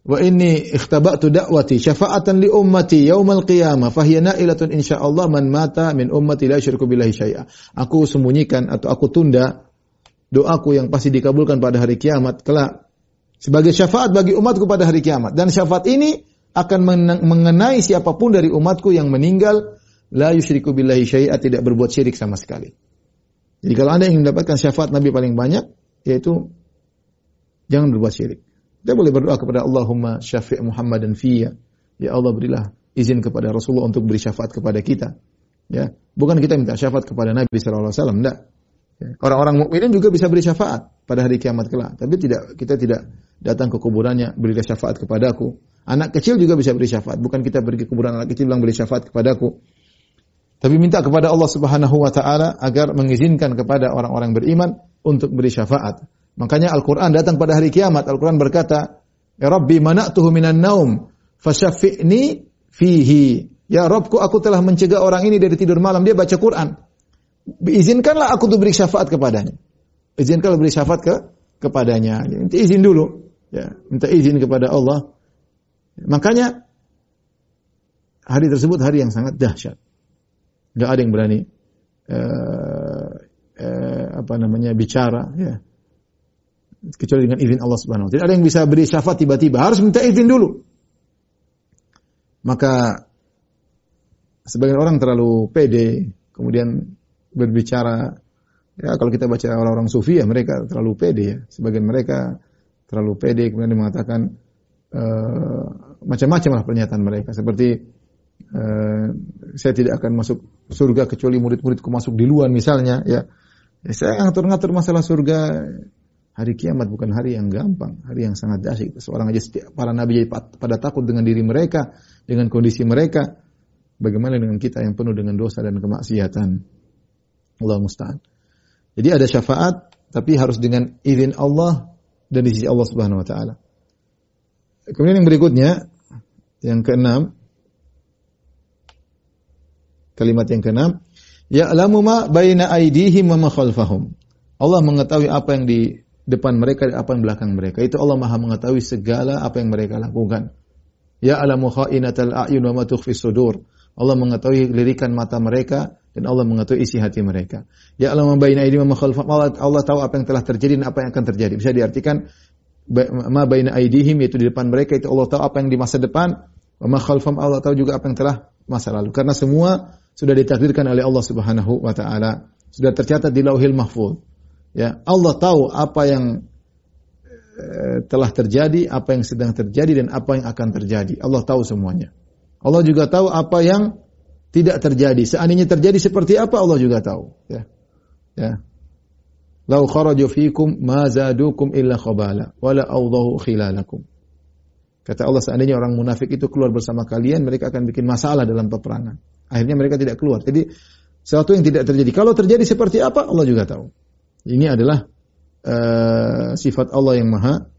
wa inni ikhtaba'tu da'wati syafa'atan li ummati yaumal qiyamah fahiya na'ilatun insyaallah man mata min ummati la yusyriku billahi syai'a. Aku sembunyikan atau aku tunda doaku yang pasti dikabulkan pada hari kiamat kelak sebagai syafaat bagi umatku pada hari kiamat, dan syafaat ini akan mengenai siapapun dari umatku yang meninggal la yusyriku billahi syai'a, tidak berbuat syirik sama sekali. Jadi kalau Anda ingin mendapatkan syafaat Nabi paling banyak, yaitu jangan berbuat syirik. Kita boleh berdoa kepada Allahumma syafi' Muhammadan fiyya. Ya Allah, berilah izin kepada Rasulullah untuk beri syafaat kepada kita. Ya, bukan kita minta syafaat kepada Nabi sallallahu alaihi wasallam, enggak. Ya. Orang-orang mukminin juga bisa beri syafaat pada hari kiamat kelak, tapi kita tidak datang ke kuburannya, berilah syafaat kepadaku. Anak kecil juga bisa beri syafaat, bukan kita pergi ke kuburan anak kecil bilang beri syafaat kepadaku. Tapi minta kepada Allah Subhanahu wa taala agar mengizinkan kepada orang-orang beriman untuk beri syafaat. Makanya Al-Qur'an datang pada hari kiamat. Al-Qur'an berkata, "Ya Rabbi mana'tuhu minan naum, fasyafi'ni fihi." Ya Rabbku, aku telah mencegah orang ini dari tidur malam, dia baca Quran. Izinkanlah aku untuk beri syafaat kepadanya. Izinkanlah beri syafaat kepadanya. Minta izin dulu. Ya, minta izin kepada Allah. Makanya hari tersebut hari yang sangat dahsyat. Enggak ada yang berani bicara, ya, kecuali dengan izin Allah Subhanahu wa taala. Tidak ada yang bisa beri syafaat tiba-tiba, harus minta izin dulu. Maka sebagian orang terlalu pede, kemudian berbicara. Ya, kalau kita baca orang-orang sufi, ya mereka terlalu pede, ya. Sebagian mereka terlalu pede, kemudian mengatakan macam-macam lah pernyataan mereka. Seperti saya tidak akan masuk surga kecuali murid-muridku masuk duluan misalnya, ya. Saya ngatur-ngatur masalah surga. Hari kiamat bukan hari yang gampang, hari yang sangat dahsyat. Seorang aja, para nabi pada takut dengan diri mereka, dengan kondisi mereka. Bagaimana dengan kita yang penuh dengan dosa dan kemaksiatan? Allah musta'an. Jadi ada syafaat, tapi harus dengan izin Allah dan di sisi Allah Subhanahu wa taala. Kemudian yang berikutnya, yang keenam, kalimat yang keenam, ya'lamu ma baina aydihim wa ma khalfahum. Allah mengetahui apa yang di depan mereka dan apa yang belakang mereka. Itu Allah Maha mengetahui segala apa yang mereka lakukan. Ya'lamu kha'inatal a'yun wa ma tukhfis sudur. Allah mengetahui lirikan mata mereka dan Allah mengetahui isi hati mereka. Ya'lamu ma baina aydihim wa ma khalfahum. Allah tahu apa yang telah terjadi dan apa yang akan terjadi. Bisa diartikan ma baina aydihim, yaitu di depan mereka, itu Allah tahu apa yang di masa depan. Wa ma khalfahum, Allah tahu juga apa yang telah masa lalu. Karena semua sudah ditakdirkan oleh Allah Subhanahu wa taala, sudah tercatat di Lauhil Mahfuz. Ya, Allah tahu apa yang telah terjadi, apa yang sedang terjadi dan apa yang akan terjadi. Allah tahu semuanya. Allah juga tahu apa yang tidak terjadi. Seandainya terjadi seperti apa, Allah juga tahu, ya. Ya. Lau kharaju fikum ma zadukum illa khabala wala awdahu khilalakum. Kata Allah, seandainya orang munafik itu keluar bersama kalian, mereka akan bikin masalah dalam peperangan. Akhirnya mereka tidak keluar. Jadi sesuatu yang tidak terjadi. Kalau terjadi seperti apa, Allah juga tahu. Ini adalah sifat Allah yang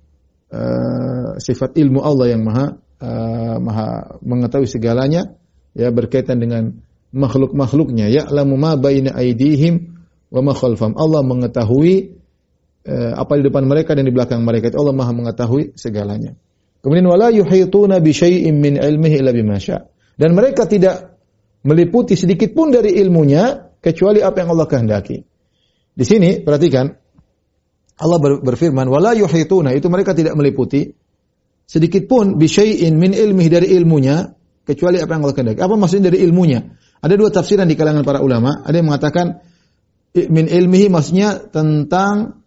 sifat ilmu Allah yang maha mengetahui segalanya, ya, berkaitan dengan makhluk-makhluknya. Ya'lamu ma baina aydihim wa ma khalfahum. Allah mengetahui apa di depan mereka dan di belakang mereka. Allah Maha mengetahui segalanya. Kemudian wala yuhituna bi syai'in min ilmihi illa bima syaa'. Dan mereka tidak meliputi sedikit pun dari ilmunya kecuali apa yang Allah kehendaki. Di sini perhatikan, Allah berfirman wala yuhituna, itu mereka tidak meliputi sedikit pun bi syai'in min ilmihi, dari ilmunya, kecuali apa yang Allah kehendaki. Apa maksudnya dari ilmunya? Ada dua tafsiran di kalangan para ulama. Ada yang mengatakan min ilmihi maksudnya tentang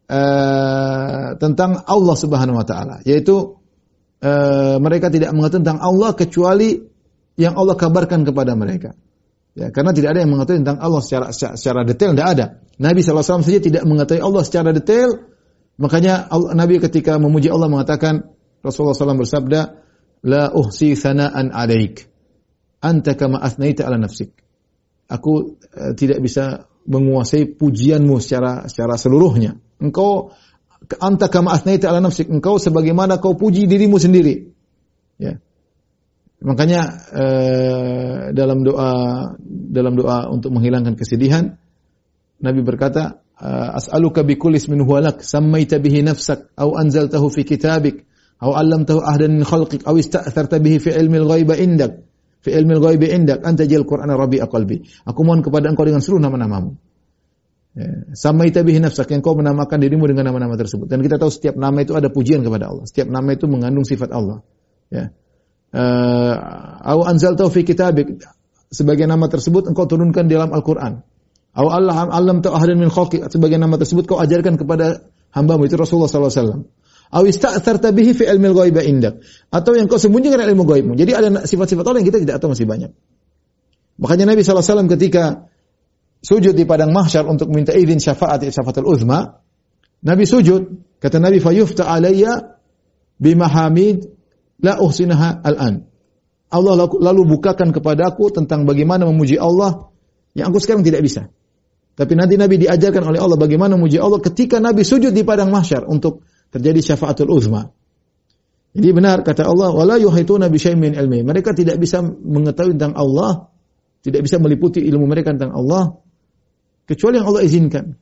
Allah Subhanahu wa taala, yaitu mereka tidak mengetahui tentang Allah kecuali yang Allah kabarkan kepada mereka. Ya, karena tidak ada yang mengetahui tentang Allah secara detail, tidak ada. Nabi SAW saja tidak mengetahui Allah secara detail. Makanya Nabi ketika memuji Allah mengatakan, Rasulullah SAW bersabda, la uhsi thana'an alaik, anta kama athnaita ala nafsik. Aku tidak bisa menguasai pujianmu secara seluruhnya. Engkau anta kama athnaita ala nafsik, engkau sebagaimana kau puji dirimu sendiri. Ya. Makanya dalam doa untuk menghilangkan kesedihan, Nabi berkata, as'aluka bikulli ismin huwa lak sammaita bihi nafsak aw anzaltahu fi kitabik Aw 'allamtahu ahdan min khalqik aw ista'tharta bihi fi ilmil ghaibi indak. Fi ilmil ghaibi indak anta jal Qur'ana rabi'a qalbi. Aku mohon kepada Engkau dengan seluruh nama-namamu. Samaita bihi nafsak, yang Kau menamakan dirimu dengan nama-nama tersebut. Dan kita tahu setiap nama itu ada pujian kepada Allah. Setiap nama itu mengandung sifat Allah. Ya. Aw anzaltahu fi kitabik. Sebagai nama tersebut Engkau turunkan di dalam Al-Qur'an. Aw allamtahu ahdan min khalqik. Sebagai nama tersebut Kau ajarkan kepada hamba-Mu itu Rasulullah sallallahu alaihi wasallam. Aw ista'tharta bihi fi ilmil ghaibi indak. Atau yang Kau sembunyikan ilmu gaibmu. Jadi ada sifat-sifat Allah yang kita tidak tahu, masih banyak. Makanya Nabi sallallahu alaihi wasallam ketika sujud di padang mahsyar untuk minta izin syafaatul uzma, Nabi sujud, kata Nabi, fayufta alayya bimahamid la uhsinaha al-an. Allah lalu bukakan kepadaku tentang bagaimana memuji Allah yang aku sekarang tidak bisa. Tapi nanti Nabi diajarkan oleh Allah bagaimana memuji Allah ketika Nabi sujud di padang mahsyar untuk terjadi syafaatul uzma. Jadi benar kata Allah, wala yuhituna bi syai'in min ilmi. Mereka tidak bisa mengetahui tentang Allah, tidak bisa meliputi ilmu mereka tentang Allah kecuali yang Allah izinkan.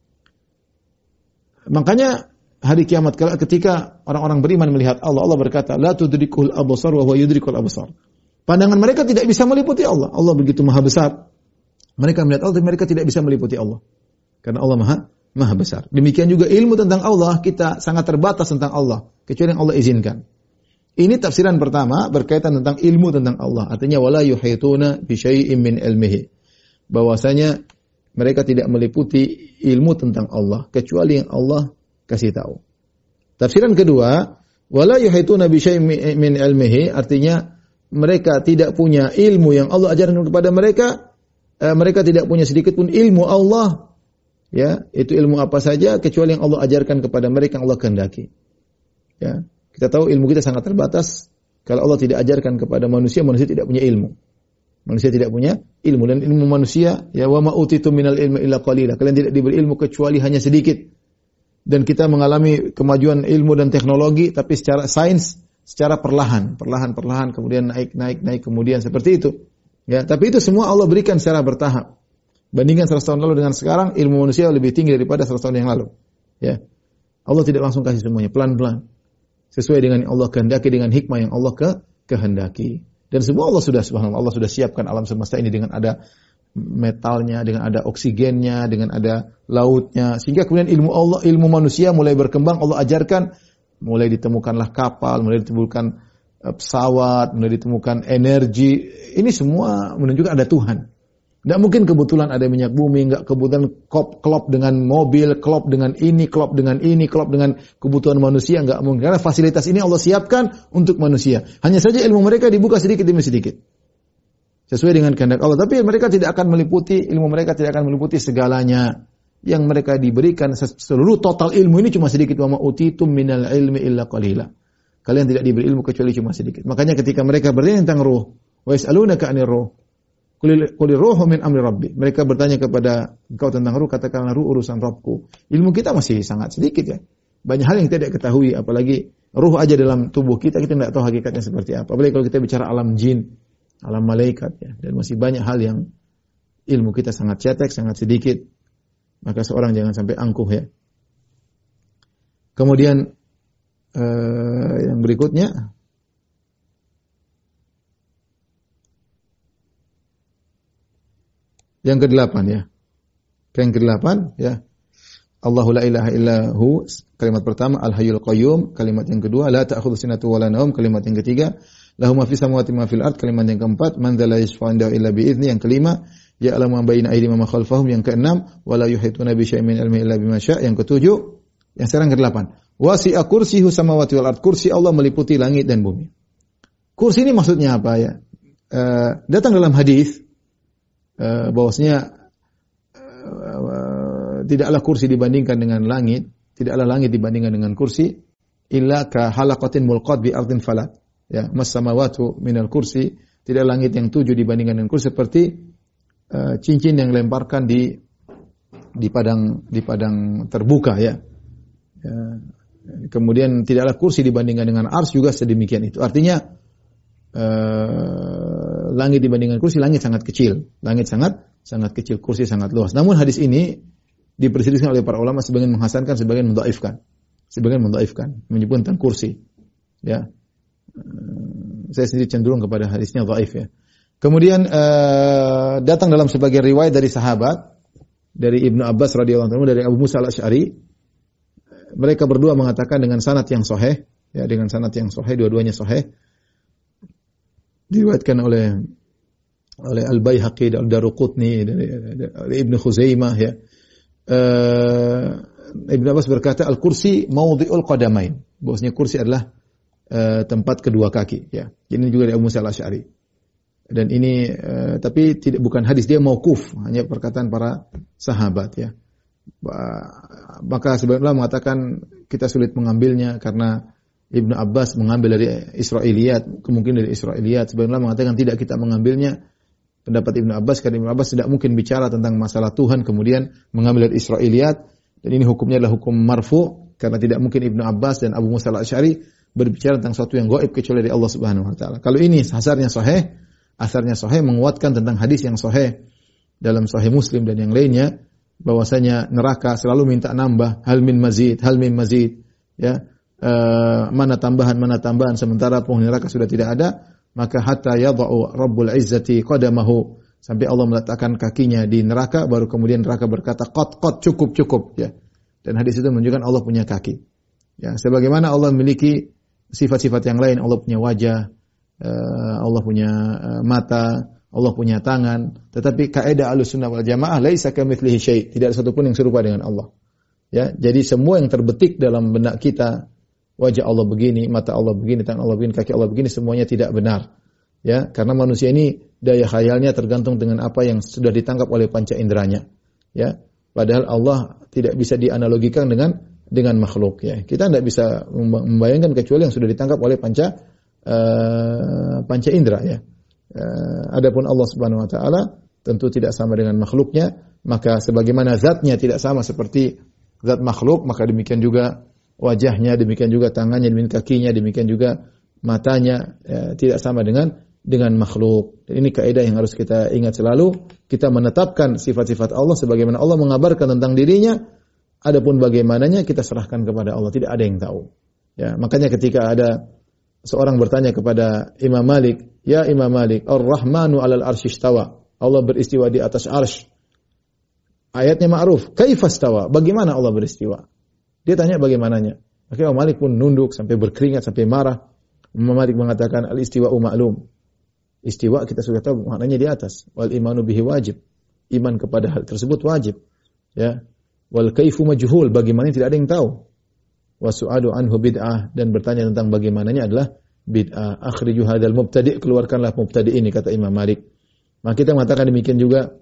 Makanya hari kiamat ketika orang-orang beriman melihat Allah, Allah berkata, la tudrikul absar wa huwa yudrikul absar. Pandangan mereka tidak bisa meliputi Allah. Allah begitu maha besar. Mereka melihat Allah, tapi mereka tidak bisa meliputi Allah. Karena Allah maha besar. Demikian juga ilmu tentang Allah, kita sangat terbatas tentang Allah, kecuali yang Allah izinkan. Ini tafsiran pertama berkaitan tentang ilmu tentang Allah. Artinya, wala yuhituna bi syai'in min ilmihi. Bahwasanya mereka tidak meliputi ilmu tentang Allah, kecuali yang Allah kasih tahu. Tafsiran kedua, wala yuhituna bi syai'in min ilmihi, artinya mereka tidak punya ilmu yang Allah ajarkan kepada mereka. Mereka tidak punya sedikit pun ilmu Allah. Ya, itu ilmu apa saja kecuali yang Allah ajarkan kepada mereka yang Allah kehendaki. Ya, kita tahu ilmu kita sangat terbatas. Kalau Allah tidak ajarkan kepada manusia, manusia tidak punya ilmu. Manusia tidak punya ilmu, dan ilmu manusia, ya, wa ma utitum minal ilmi illa qalila. Kalian tidak diberi ilmu kecuali hanya sedikit. Dan kita mengalami kemajuan ilmu dan teknologi, tapi secara sains, secara perlahan, kemudian naik, kemudian seperti itu. Ya, tapi itu semua Allah berikan secara bertahap. Bandingkan 100 tahun lalu dengan sekarang, ilmu manusia lebih tinggi daripada 100 tahun yang lalu. Ya. Allah tidak langsung kasih semuanya, pelan-pelan. Sesuai dengan yang Allah kehendaki, dengan hikmah yang Allah kehendaki. Dan semua Allah sudah, subhanallah, Allah sudah siapkan alam semesta ini dengan ada metalnya, dengan ada oksigennya, dengan ada lautnya. Sehingga kemudian ilmu manusia mulai berkembang, Allah ajarkan, mulai ditemukanlah kapal, mulai ditemukan pesawat, mulai ditemukan energi. Ini semua menunjukkan ada Tuhan. Tidak mungkin kebetulan ada minyak bumi, enggak kebetulan klop dengan mobil, klop dengan ini, klop dengan kebutuhan manusia, enggak mungkin. Karena fasilitas ini Allah siapkan untuk manusia. Hanya saja ilmu mereka dibuka sedikit demi sedikit. Sesuai dengan kehendak Allah. Tapi mereka tidak akan meliputi, ilmu mereka tidak akan meliputi segalanya. Yang mereka diberikan seluruh total ilmu ini cuma sedikit. Wa ma utitum minal ilmi illa qalila. Kalian tidak diberi ilmu kecuali cuma sedikit. Makanya ketika mereka bertanya tentang ruh, wa yas'alunaka 'anir ruh. Qul ruhu min amri rabbi. Mereka bertanya kepada engkau tentang ruh, katakanlah ruh urusan Rabbku. Ilmu kita masih sangat sedikit ya. Banyak hal yang kita tidak ketahui, apalagi ruh aja dalam tubuh kita tidak tahu hakikatnya seperti apa. Apalagi kalau kita bicara alam jin, alam malaikat ya. Dan masih banyak hal yang ilmu kita sangat cetek, sangat sedikit. Maka seorang jangan sampai angkuh ya. Kemudian yang berikutnya, yang ke-8 ya. Yang ke-8 ya. Allahu la ilaha illahu, kalimat pertama, Al-Hayyul Qayyum, kalimat yang kedua, la ta'khudhu sinatun wa la naum, kalimat yang ketiga, lahu ma fis samawati ma fil ard, kalimat yang keempat, man dzal la yashfa'u indahu illa bi idznih, yang kelima, ya'lamu ma baina aydihim wa ma khalfahum, yang keenam, wa la yuhituna bi syai'in min ilmihi illa bima syaa', yang ketujuh, yang sekarang ke-8. Wasi'a kursiyuhu samawati wal ard, kursi Allah meliputi langit dan bumi. Kursi ini maksudnya apa ya? Datang dalam hadis bahwasanya tidaklah kursi dibandingkan dengan langit, tidaklah langit dibandingkan dengan kursi, illa ka halaqatin mulqat bi ardin falat. Ya, mas samawatu minal kursi, tidak langit yang 7 dibandingkan dengan kursi, seperti cincin yang dilemparkan di padang terbuka ya. Kemudian tidaklah kursi dibandingkan dengan ars, juga sedemikian itu. Artinya langit dibandingkan kursi, langit sangat kecil. Langit sangat kecil, kursi sangat luas. Namun hadis ini diperselisihkan oleh para ulama, sebagian menghasankan, sebagian mendhaifkan. Menyebut tentang kursi. Ya. Saya sendiri cenderung kepada hadisnya dhaif ya. Kemudian datang dalam sebagian riwayat dari sahabat, dari Ibnu Abbas radhiyallahu anhu, dari Abu Musa al-Asy'ari, mereka berdua mengatakan dengan sanad yang sahih, ya, dengan sanad yang sahih, dua-duanya sahih, diriwayatkan oleh Al-Baihaqi, Ad-Daruqutni, dari Ibnu Khuzaimah, ya. Ibnu Abbas berkata, al-kursi mawdi'ul qadamain, bahwasanya kursi adalah tempat kedua kaki, ya. Ini juga dari Abu Musa al-Asy'ari. Dan ini tapi bukan hadis, dia mauquf, hanya perkataan para sahabat, ya. Maka sebagian ulama mengatakan kita sulit mengambilnya karena Ibnu Abbas mengambil dari Israiliyat, kemungkinan dari Israiliyat. Sebagian ulama mengatakan tidak, kita mengambilnya pendapat Ibnu Abbas karena Ibnu Abbas tidak mungkin bicara tentang masalah Tuhan kemudian mengambil dari Israiliyat, dan ini hukumnya adalah hukum marfu karena tidak mungkin Ibnu Abbas dan Abu Musa al-Asy'ari berbicara tentang sesuatu yang gaib kecuali dari Allah Subhanahu wa taala. Kalau ini asarnya sahih menguatkan tentang hadis yang sahih dalam Sahih Muslim dan yang lainnya, bahwasanya neraka selalu minta nambah, hal min mazid, ya. Mana tambahan sementara penghuni neraka sudah tidak ada, maka hatta yadha'u Rabbul Izzati qadamahu, sampai Allah meletakkan kakinya di neraka, baru kemudian neraka berkata qad cukup, ya. Dan hadis itu menunjukkan Allah punya kaki. Ya, sebagaimana Allah memiliki sifat-sifat yang lain, Allah punya wajah, Allah punya mata, Allah punya tangan, tetapi kaidah Ahlussunnah wal Jamaah laisa kamitslihi syai', tidak ada satupun yang serupa dengan Allah. Ya, jadi semua yang terbetik dalam benak kita, wajah Allah begini, mata Allah begini, tangan Allah begini, kaki Allah begini, semuanya tidak benar. Ya, karena manusia ini daya khayalnya tergantung dengan apa yang sudah ditangkap oleh panca inderanya. Ya, padahal Allah tidak bisa dianalogikan dengan makhluk, ya. Kita tidak bisa membayangkan kecuali yang sudah ditangkap oleh panca indera, ya. Adapun Allah Subhanahu wa taala tentu tidak sama dengan makhluknya, maka sebagaimana zatnya tidak sama seperti zat makhluk, maka demikian juga wajahnya, demikian juga tangannya, demikian kakinya, demikian juga matanya, ya, tidak sama dengan makhluk. Dan ini kaidah yang harus kita ingat selalu. Kita menetapkan sifat-sifat Allah sebagaimana Allah mengabarkan tentang dirinya. Adapun bagaimananya kita serahkan kepada Allah, tidak ada yang tahu. Ya, makanya ketika ada seorang bertanya kepada Imam Malik, "Ya Imam Malik, Ar-Rahmanu 'alal 'arsy istawa." Allah beristiwa di atas arsy. Ayatnya ma'ruf, kaifa istawa? Bagaimana Allah beristiwa? Dia tanya bagaimananya. Maka Imam Malik pun nunduk sampai berkeringat, sampai marah. Imam Malik mengatakan, "Al-istiwa'u ma'lum." Istiwa kita sudah tahu maknanya di atas. Wal imanu bihi wajib. Iman kepada hal tersebut wajib. Ya. Wal kaifu majhul, bagaimana tidak ada yang tahu. Wa su'alu anhu bid'ah, dan bertanya tentang bagaimananya adalah bid'ah. Akhriju hadzal mubtadi', keluarkanlah mubtadi' ini, kata Imam Malik. Maka kita mengatakan demikian juga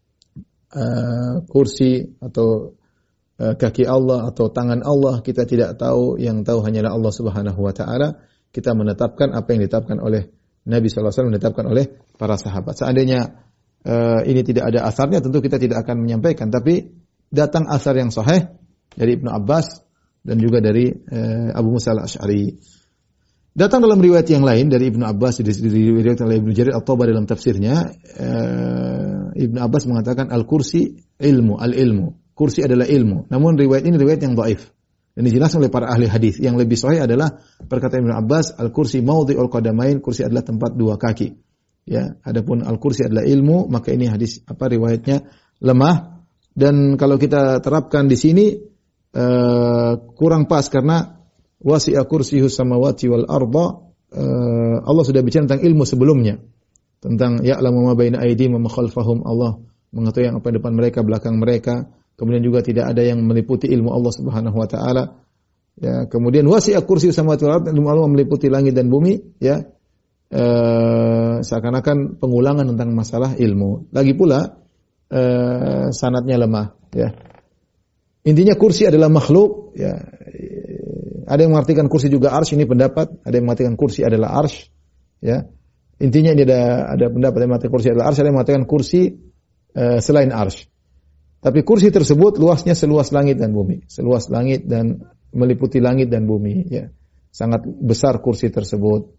kursi atau kaki Allah atau tangan Allah kita tidak tahu, yang tahu hanyalah Allah Subhanahu wa taala. Kita menetapkan apa yang ditetapkan oleh Nabi sallallahu alaihi wasallam, ditetapkan oleh para sahabat. Seandainya ini tidak ada asarnya, tentu kita tidak akan menyampaikan, tapi datang asar yang sahih dari Ibnu Abbas dan juga dari Abu Musa al-Asy'ari. Datang dalam riwayat yang lain dari Ibnu Abbas, diriwayatkan oleh Ibnu Jarir At-Tabari dalam tafsirnya, Ibnu Abbas mengatakan al-kursi ilmu, al-ilmu. Kursi adalah ilmu. Namun riwayat ini riwayat yang dhaif. Dan dijelaskan oleh para ahli hadis. Yang lebih sahih adalah perkataan Ibnu Abbas, al-kursi mawdi'ul qadamain, kursi adalah tempat dua kaki. Ya, adapun al-kursi adalah ilmu, maka ini hadis riwayatnya lemah. Dan kalau kita terapkan di sini kurang pas karena wasi'a kursiyus samawati wal arda, Allah sudah bicara tentang ilmu sebelumnya, tentang ya'lamu ma baina aydihim wa ma khalfahum, Allah mengetahui yang apa di depan mereka, belakang mereka. Kemudian juga tidak ada yang meliputi ilmu Allah Subhanahu wa taala. Ya, kemudian wasi'a kursiyus samawati wal arda, ilmu Allah meliputi langit dan bumi, ya. Seakan-akan pengulangan tentang masalah ilmu. Lagi pula sanadnya lemah, ya. Intinya kursi adalah makhluk, ya. Ada yang mengartikan kursi juga arsy, ini pendapat. Ada yang mengatakan kursi adalah arsy, ya. Intinya ini ada pendapat yang mengatakan kursi adalah arsy, ada yang mengatakan kursi selain arsy. Tapi kursi tersebut luasnya seluas langit dan bumi, seluas langit dan meliputi langit dan bumi, ya. Sangat besar kursi tersebut.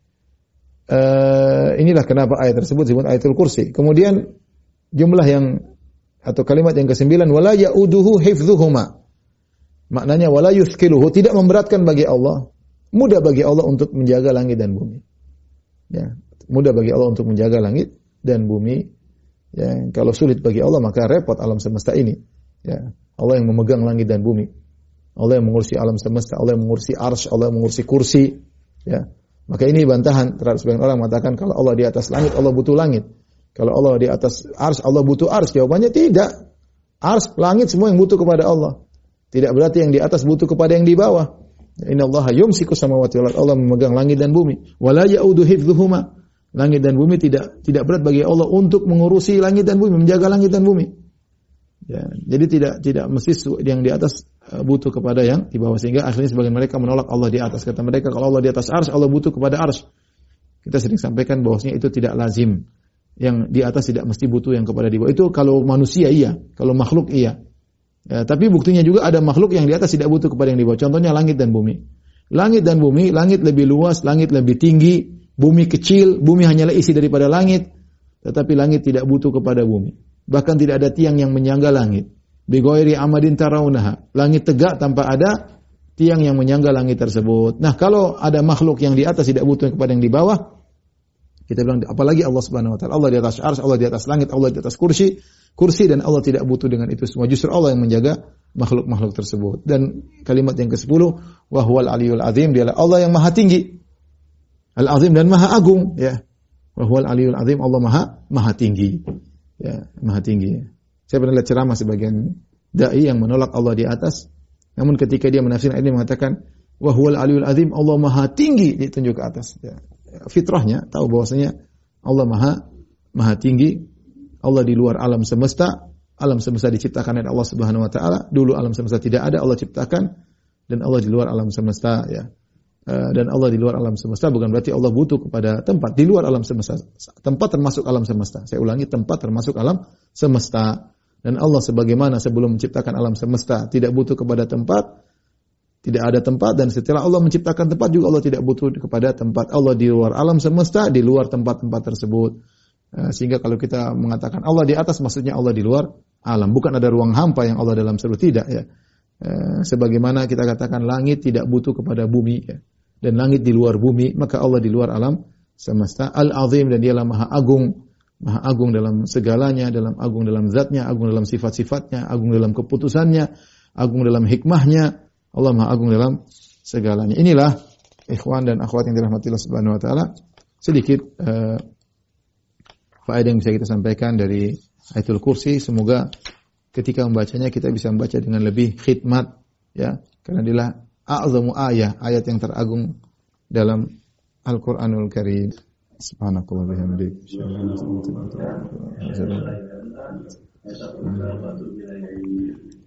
Inilah kenapa ayat tersebut disebut ayatul kursi. Kemudian jumlah yang atau kalimat yang ke-9, wala ya'uduhu hifdzuhuma. Maknanya wala yuthqiluhu, tidak memberatkan bagi Allah mudah bagi Allah untuk menjaga langit dan bumi. Ya, mudah bagi Allah untuk menjaga langit dan bumi. Ya, kalau sulit bagi Allah maka repot alam semesta ini. Ya, Allah yang memegang langit dan bumi. Allah yang mengurusi alam semesta, Allah yang mengurusi arsy, Allah yang mengurusi kursi. Ya. Maka ini bantahan terhadap sebagian orang mengatakan kalau Allah di atas langit, Allah butuh langit. Kalau Allah di atas arsy, Allah butuh arsy. Jawabannya tidak. Arsy, langit semua yang butuh kepada Allah. Tidak berarti yang di atas butuh kepada yang di bawah. Innallaha yumsiku samawati wal ardh. Allah memegang langit dan bumi. Wala ya'udu hifdzuhuma. Langit dan bumi tidak berat bagi Allah untuk mengurusi langit dan bumi, menjaga langit dan bumi. Ya, jadi tidak mesti yang di atas butuh kepada yang di bawah, sehingga akhirnya sebagian mereka menolak Allah di atas. Kata mereka kalau Allah di atas arsy, Allah butuh kepada arsy. Kita sering sampaikan bahwasanya itu tidak lazim. Yang di atas tidak mesti butuh yang kepada di bawah. Itu kalau manusia iya, kalau makhluk iya. Ya, tapi buktinya juga ada makhluk yang di atas tidak butuh kepada yang di bawah. Contohnya langit dan bumi. Langit dan bumi, langit lebih luas, langit lebih tinggi, bumi kecil, bumi hanyalah isi daripada langit, tetapi langit tidak butuh kepada bumi. Bahkan tidak ada tiang yang menyangga langit. Bighairi amadin tarawunaha. Langit tegak tanpa ada tiang yang menyangga langit tersebut. Nah, kalau ada makhluk yang di atas tidak butuh kepada yang di bawah, kita bilang apalagi Allah Subhanahu wa taala. Allah di atas arsy, Allah di atas langit, Allah di atas kursi, dan Allah tidak butuh dengan itu semua. Justru Allah yang menjaga makhluk-makhluk tersebut. Dan kalimat yang ke-10, wa huwal aliyul azim, dialah Allah yang maha tinggi. Al-azim dan maha agung, ya. Wa huwal aliyul azim, Allah maha tinggi. Ya, maha tinggi. Saya pernah lihat ceramah sebagian dai yang menolak Allah di atas. Namun ketika dia menafsirkan ini mengatakan wa huwal aliyul azim, Allah maha tinggi, ditunjuk ke atas. Ya. Fitrahnya tahu bahwasanya Allah maha tinggi. Allah di luar alam semesta. Alam semesta diciptakan oleh Allah Subhanahu wa taala. Dulu alam semesta tidak ada, Allah ciptakan, dan Allah di luar alam semesta, ya. Dan Allah di luar alam semesta bukan berarti Allah butuh kepada tempat di luar alam semesta. Tempat termasuk alam semesta. Saya ulangi, tempat termasuk alam semesta. Dan Allah sebagaimana sebelum menciptakan alam semesta tidak butuh kepada tempat, tidak ada tempat, dan setelah Allah menciptakan tempat juga Allah tidak butuh kepada tempat. Allah di luar alam semesta, di luar tempat-tempat tersebut. Sehingga kalau kita mengatakan Allah di atas, maksudnya Allah di luar alam. Bukan ada ruang hampa yang Allah dalam surga, tidak, ya. Sebagaimana kita katakan langit tidak butuh kepada bumi, ya. Dan langit di luar bumi, maka Allah di luar alam semesta. Al-Azim, dan dialah maha agung dalam segalanya, agung dalam zatnya, agung dalam sifat-sifatnya, agung dalam keputusannya, agung dalam hikmahnya. Allah maha agung dalam segalanya. Inilah ikhwan dan akhwat yang dirahmati Allah Subhanahu wa taala, sedikit faedah yang bisa kita sampaikan dari Ayatul Kursi. Semoga ketika membacanya kita bisa membaca dengan lebih khidmat, ya, karena adalah a'zamu ayat yang teragung dalam Al-Qur'anul Karim. Subhanakallah bihamdik. Asyhadu an la ilaha illa anta, astaghfiruka wa atubu ilaik.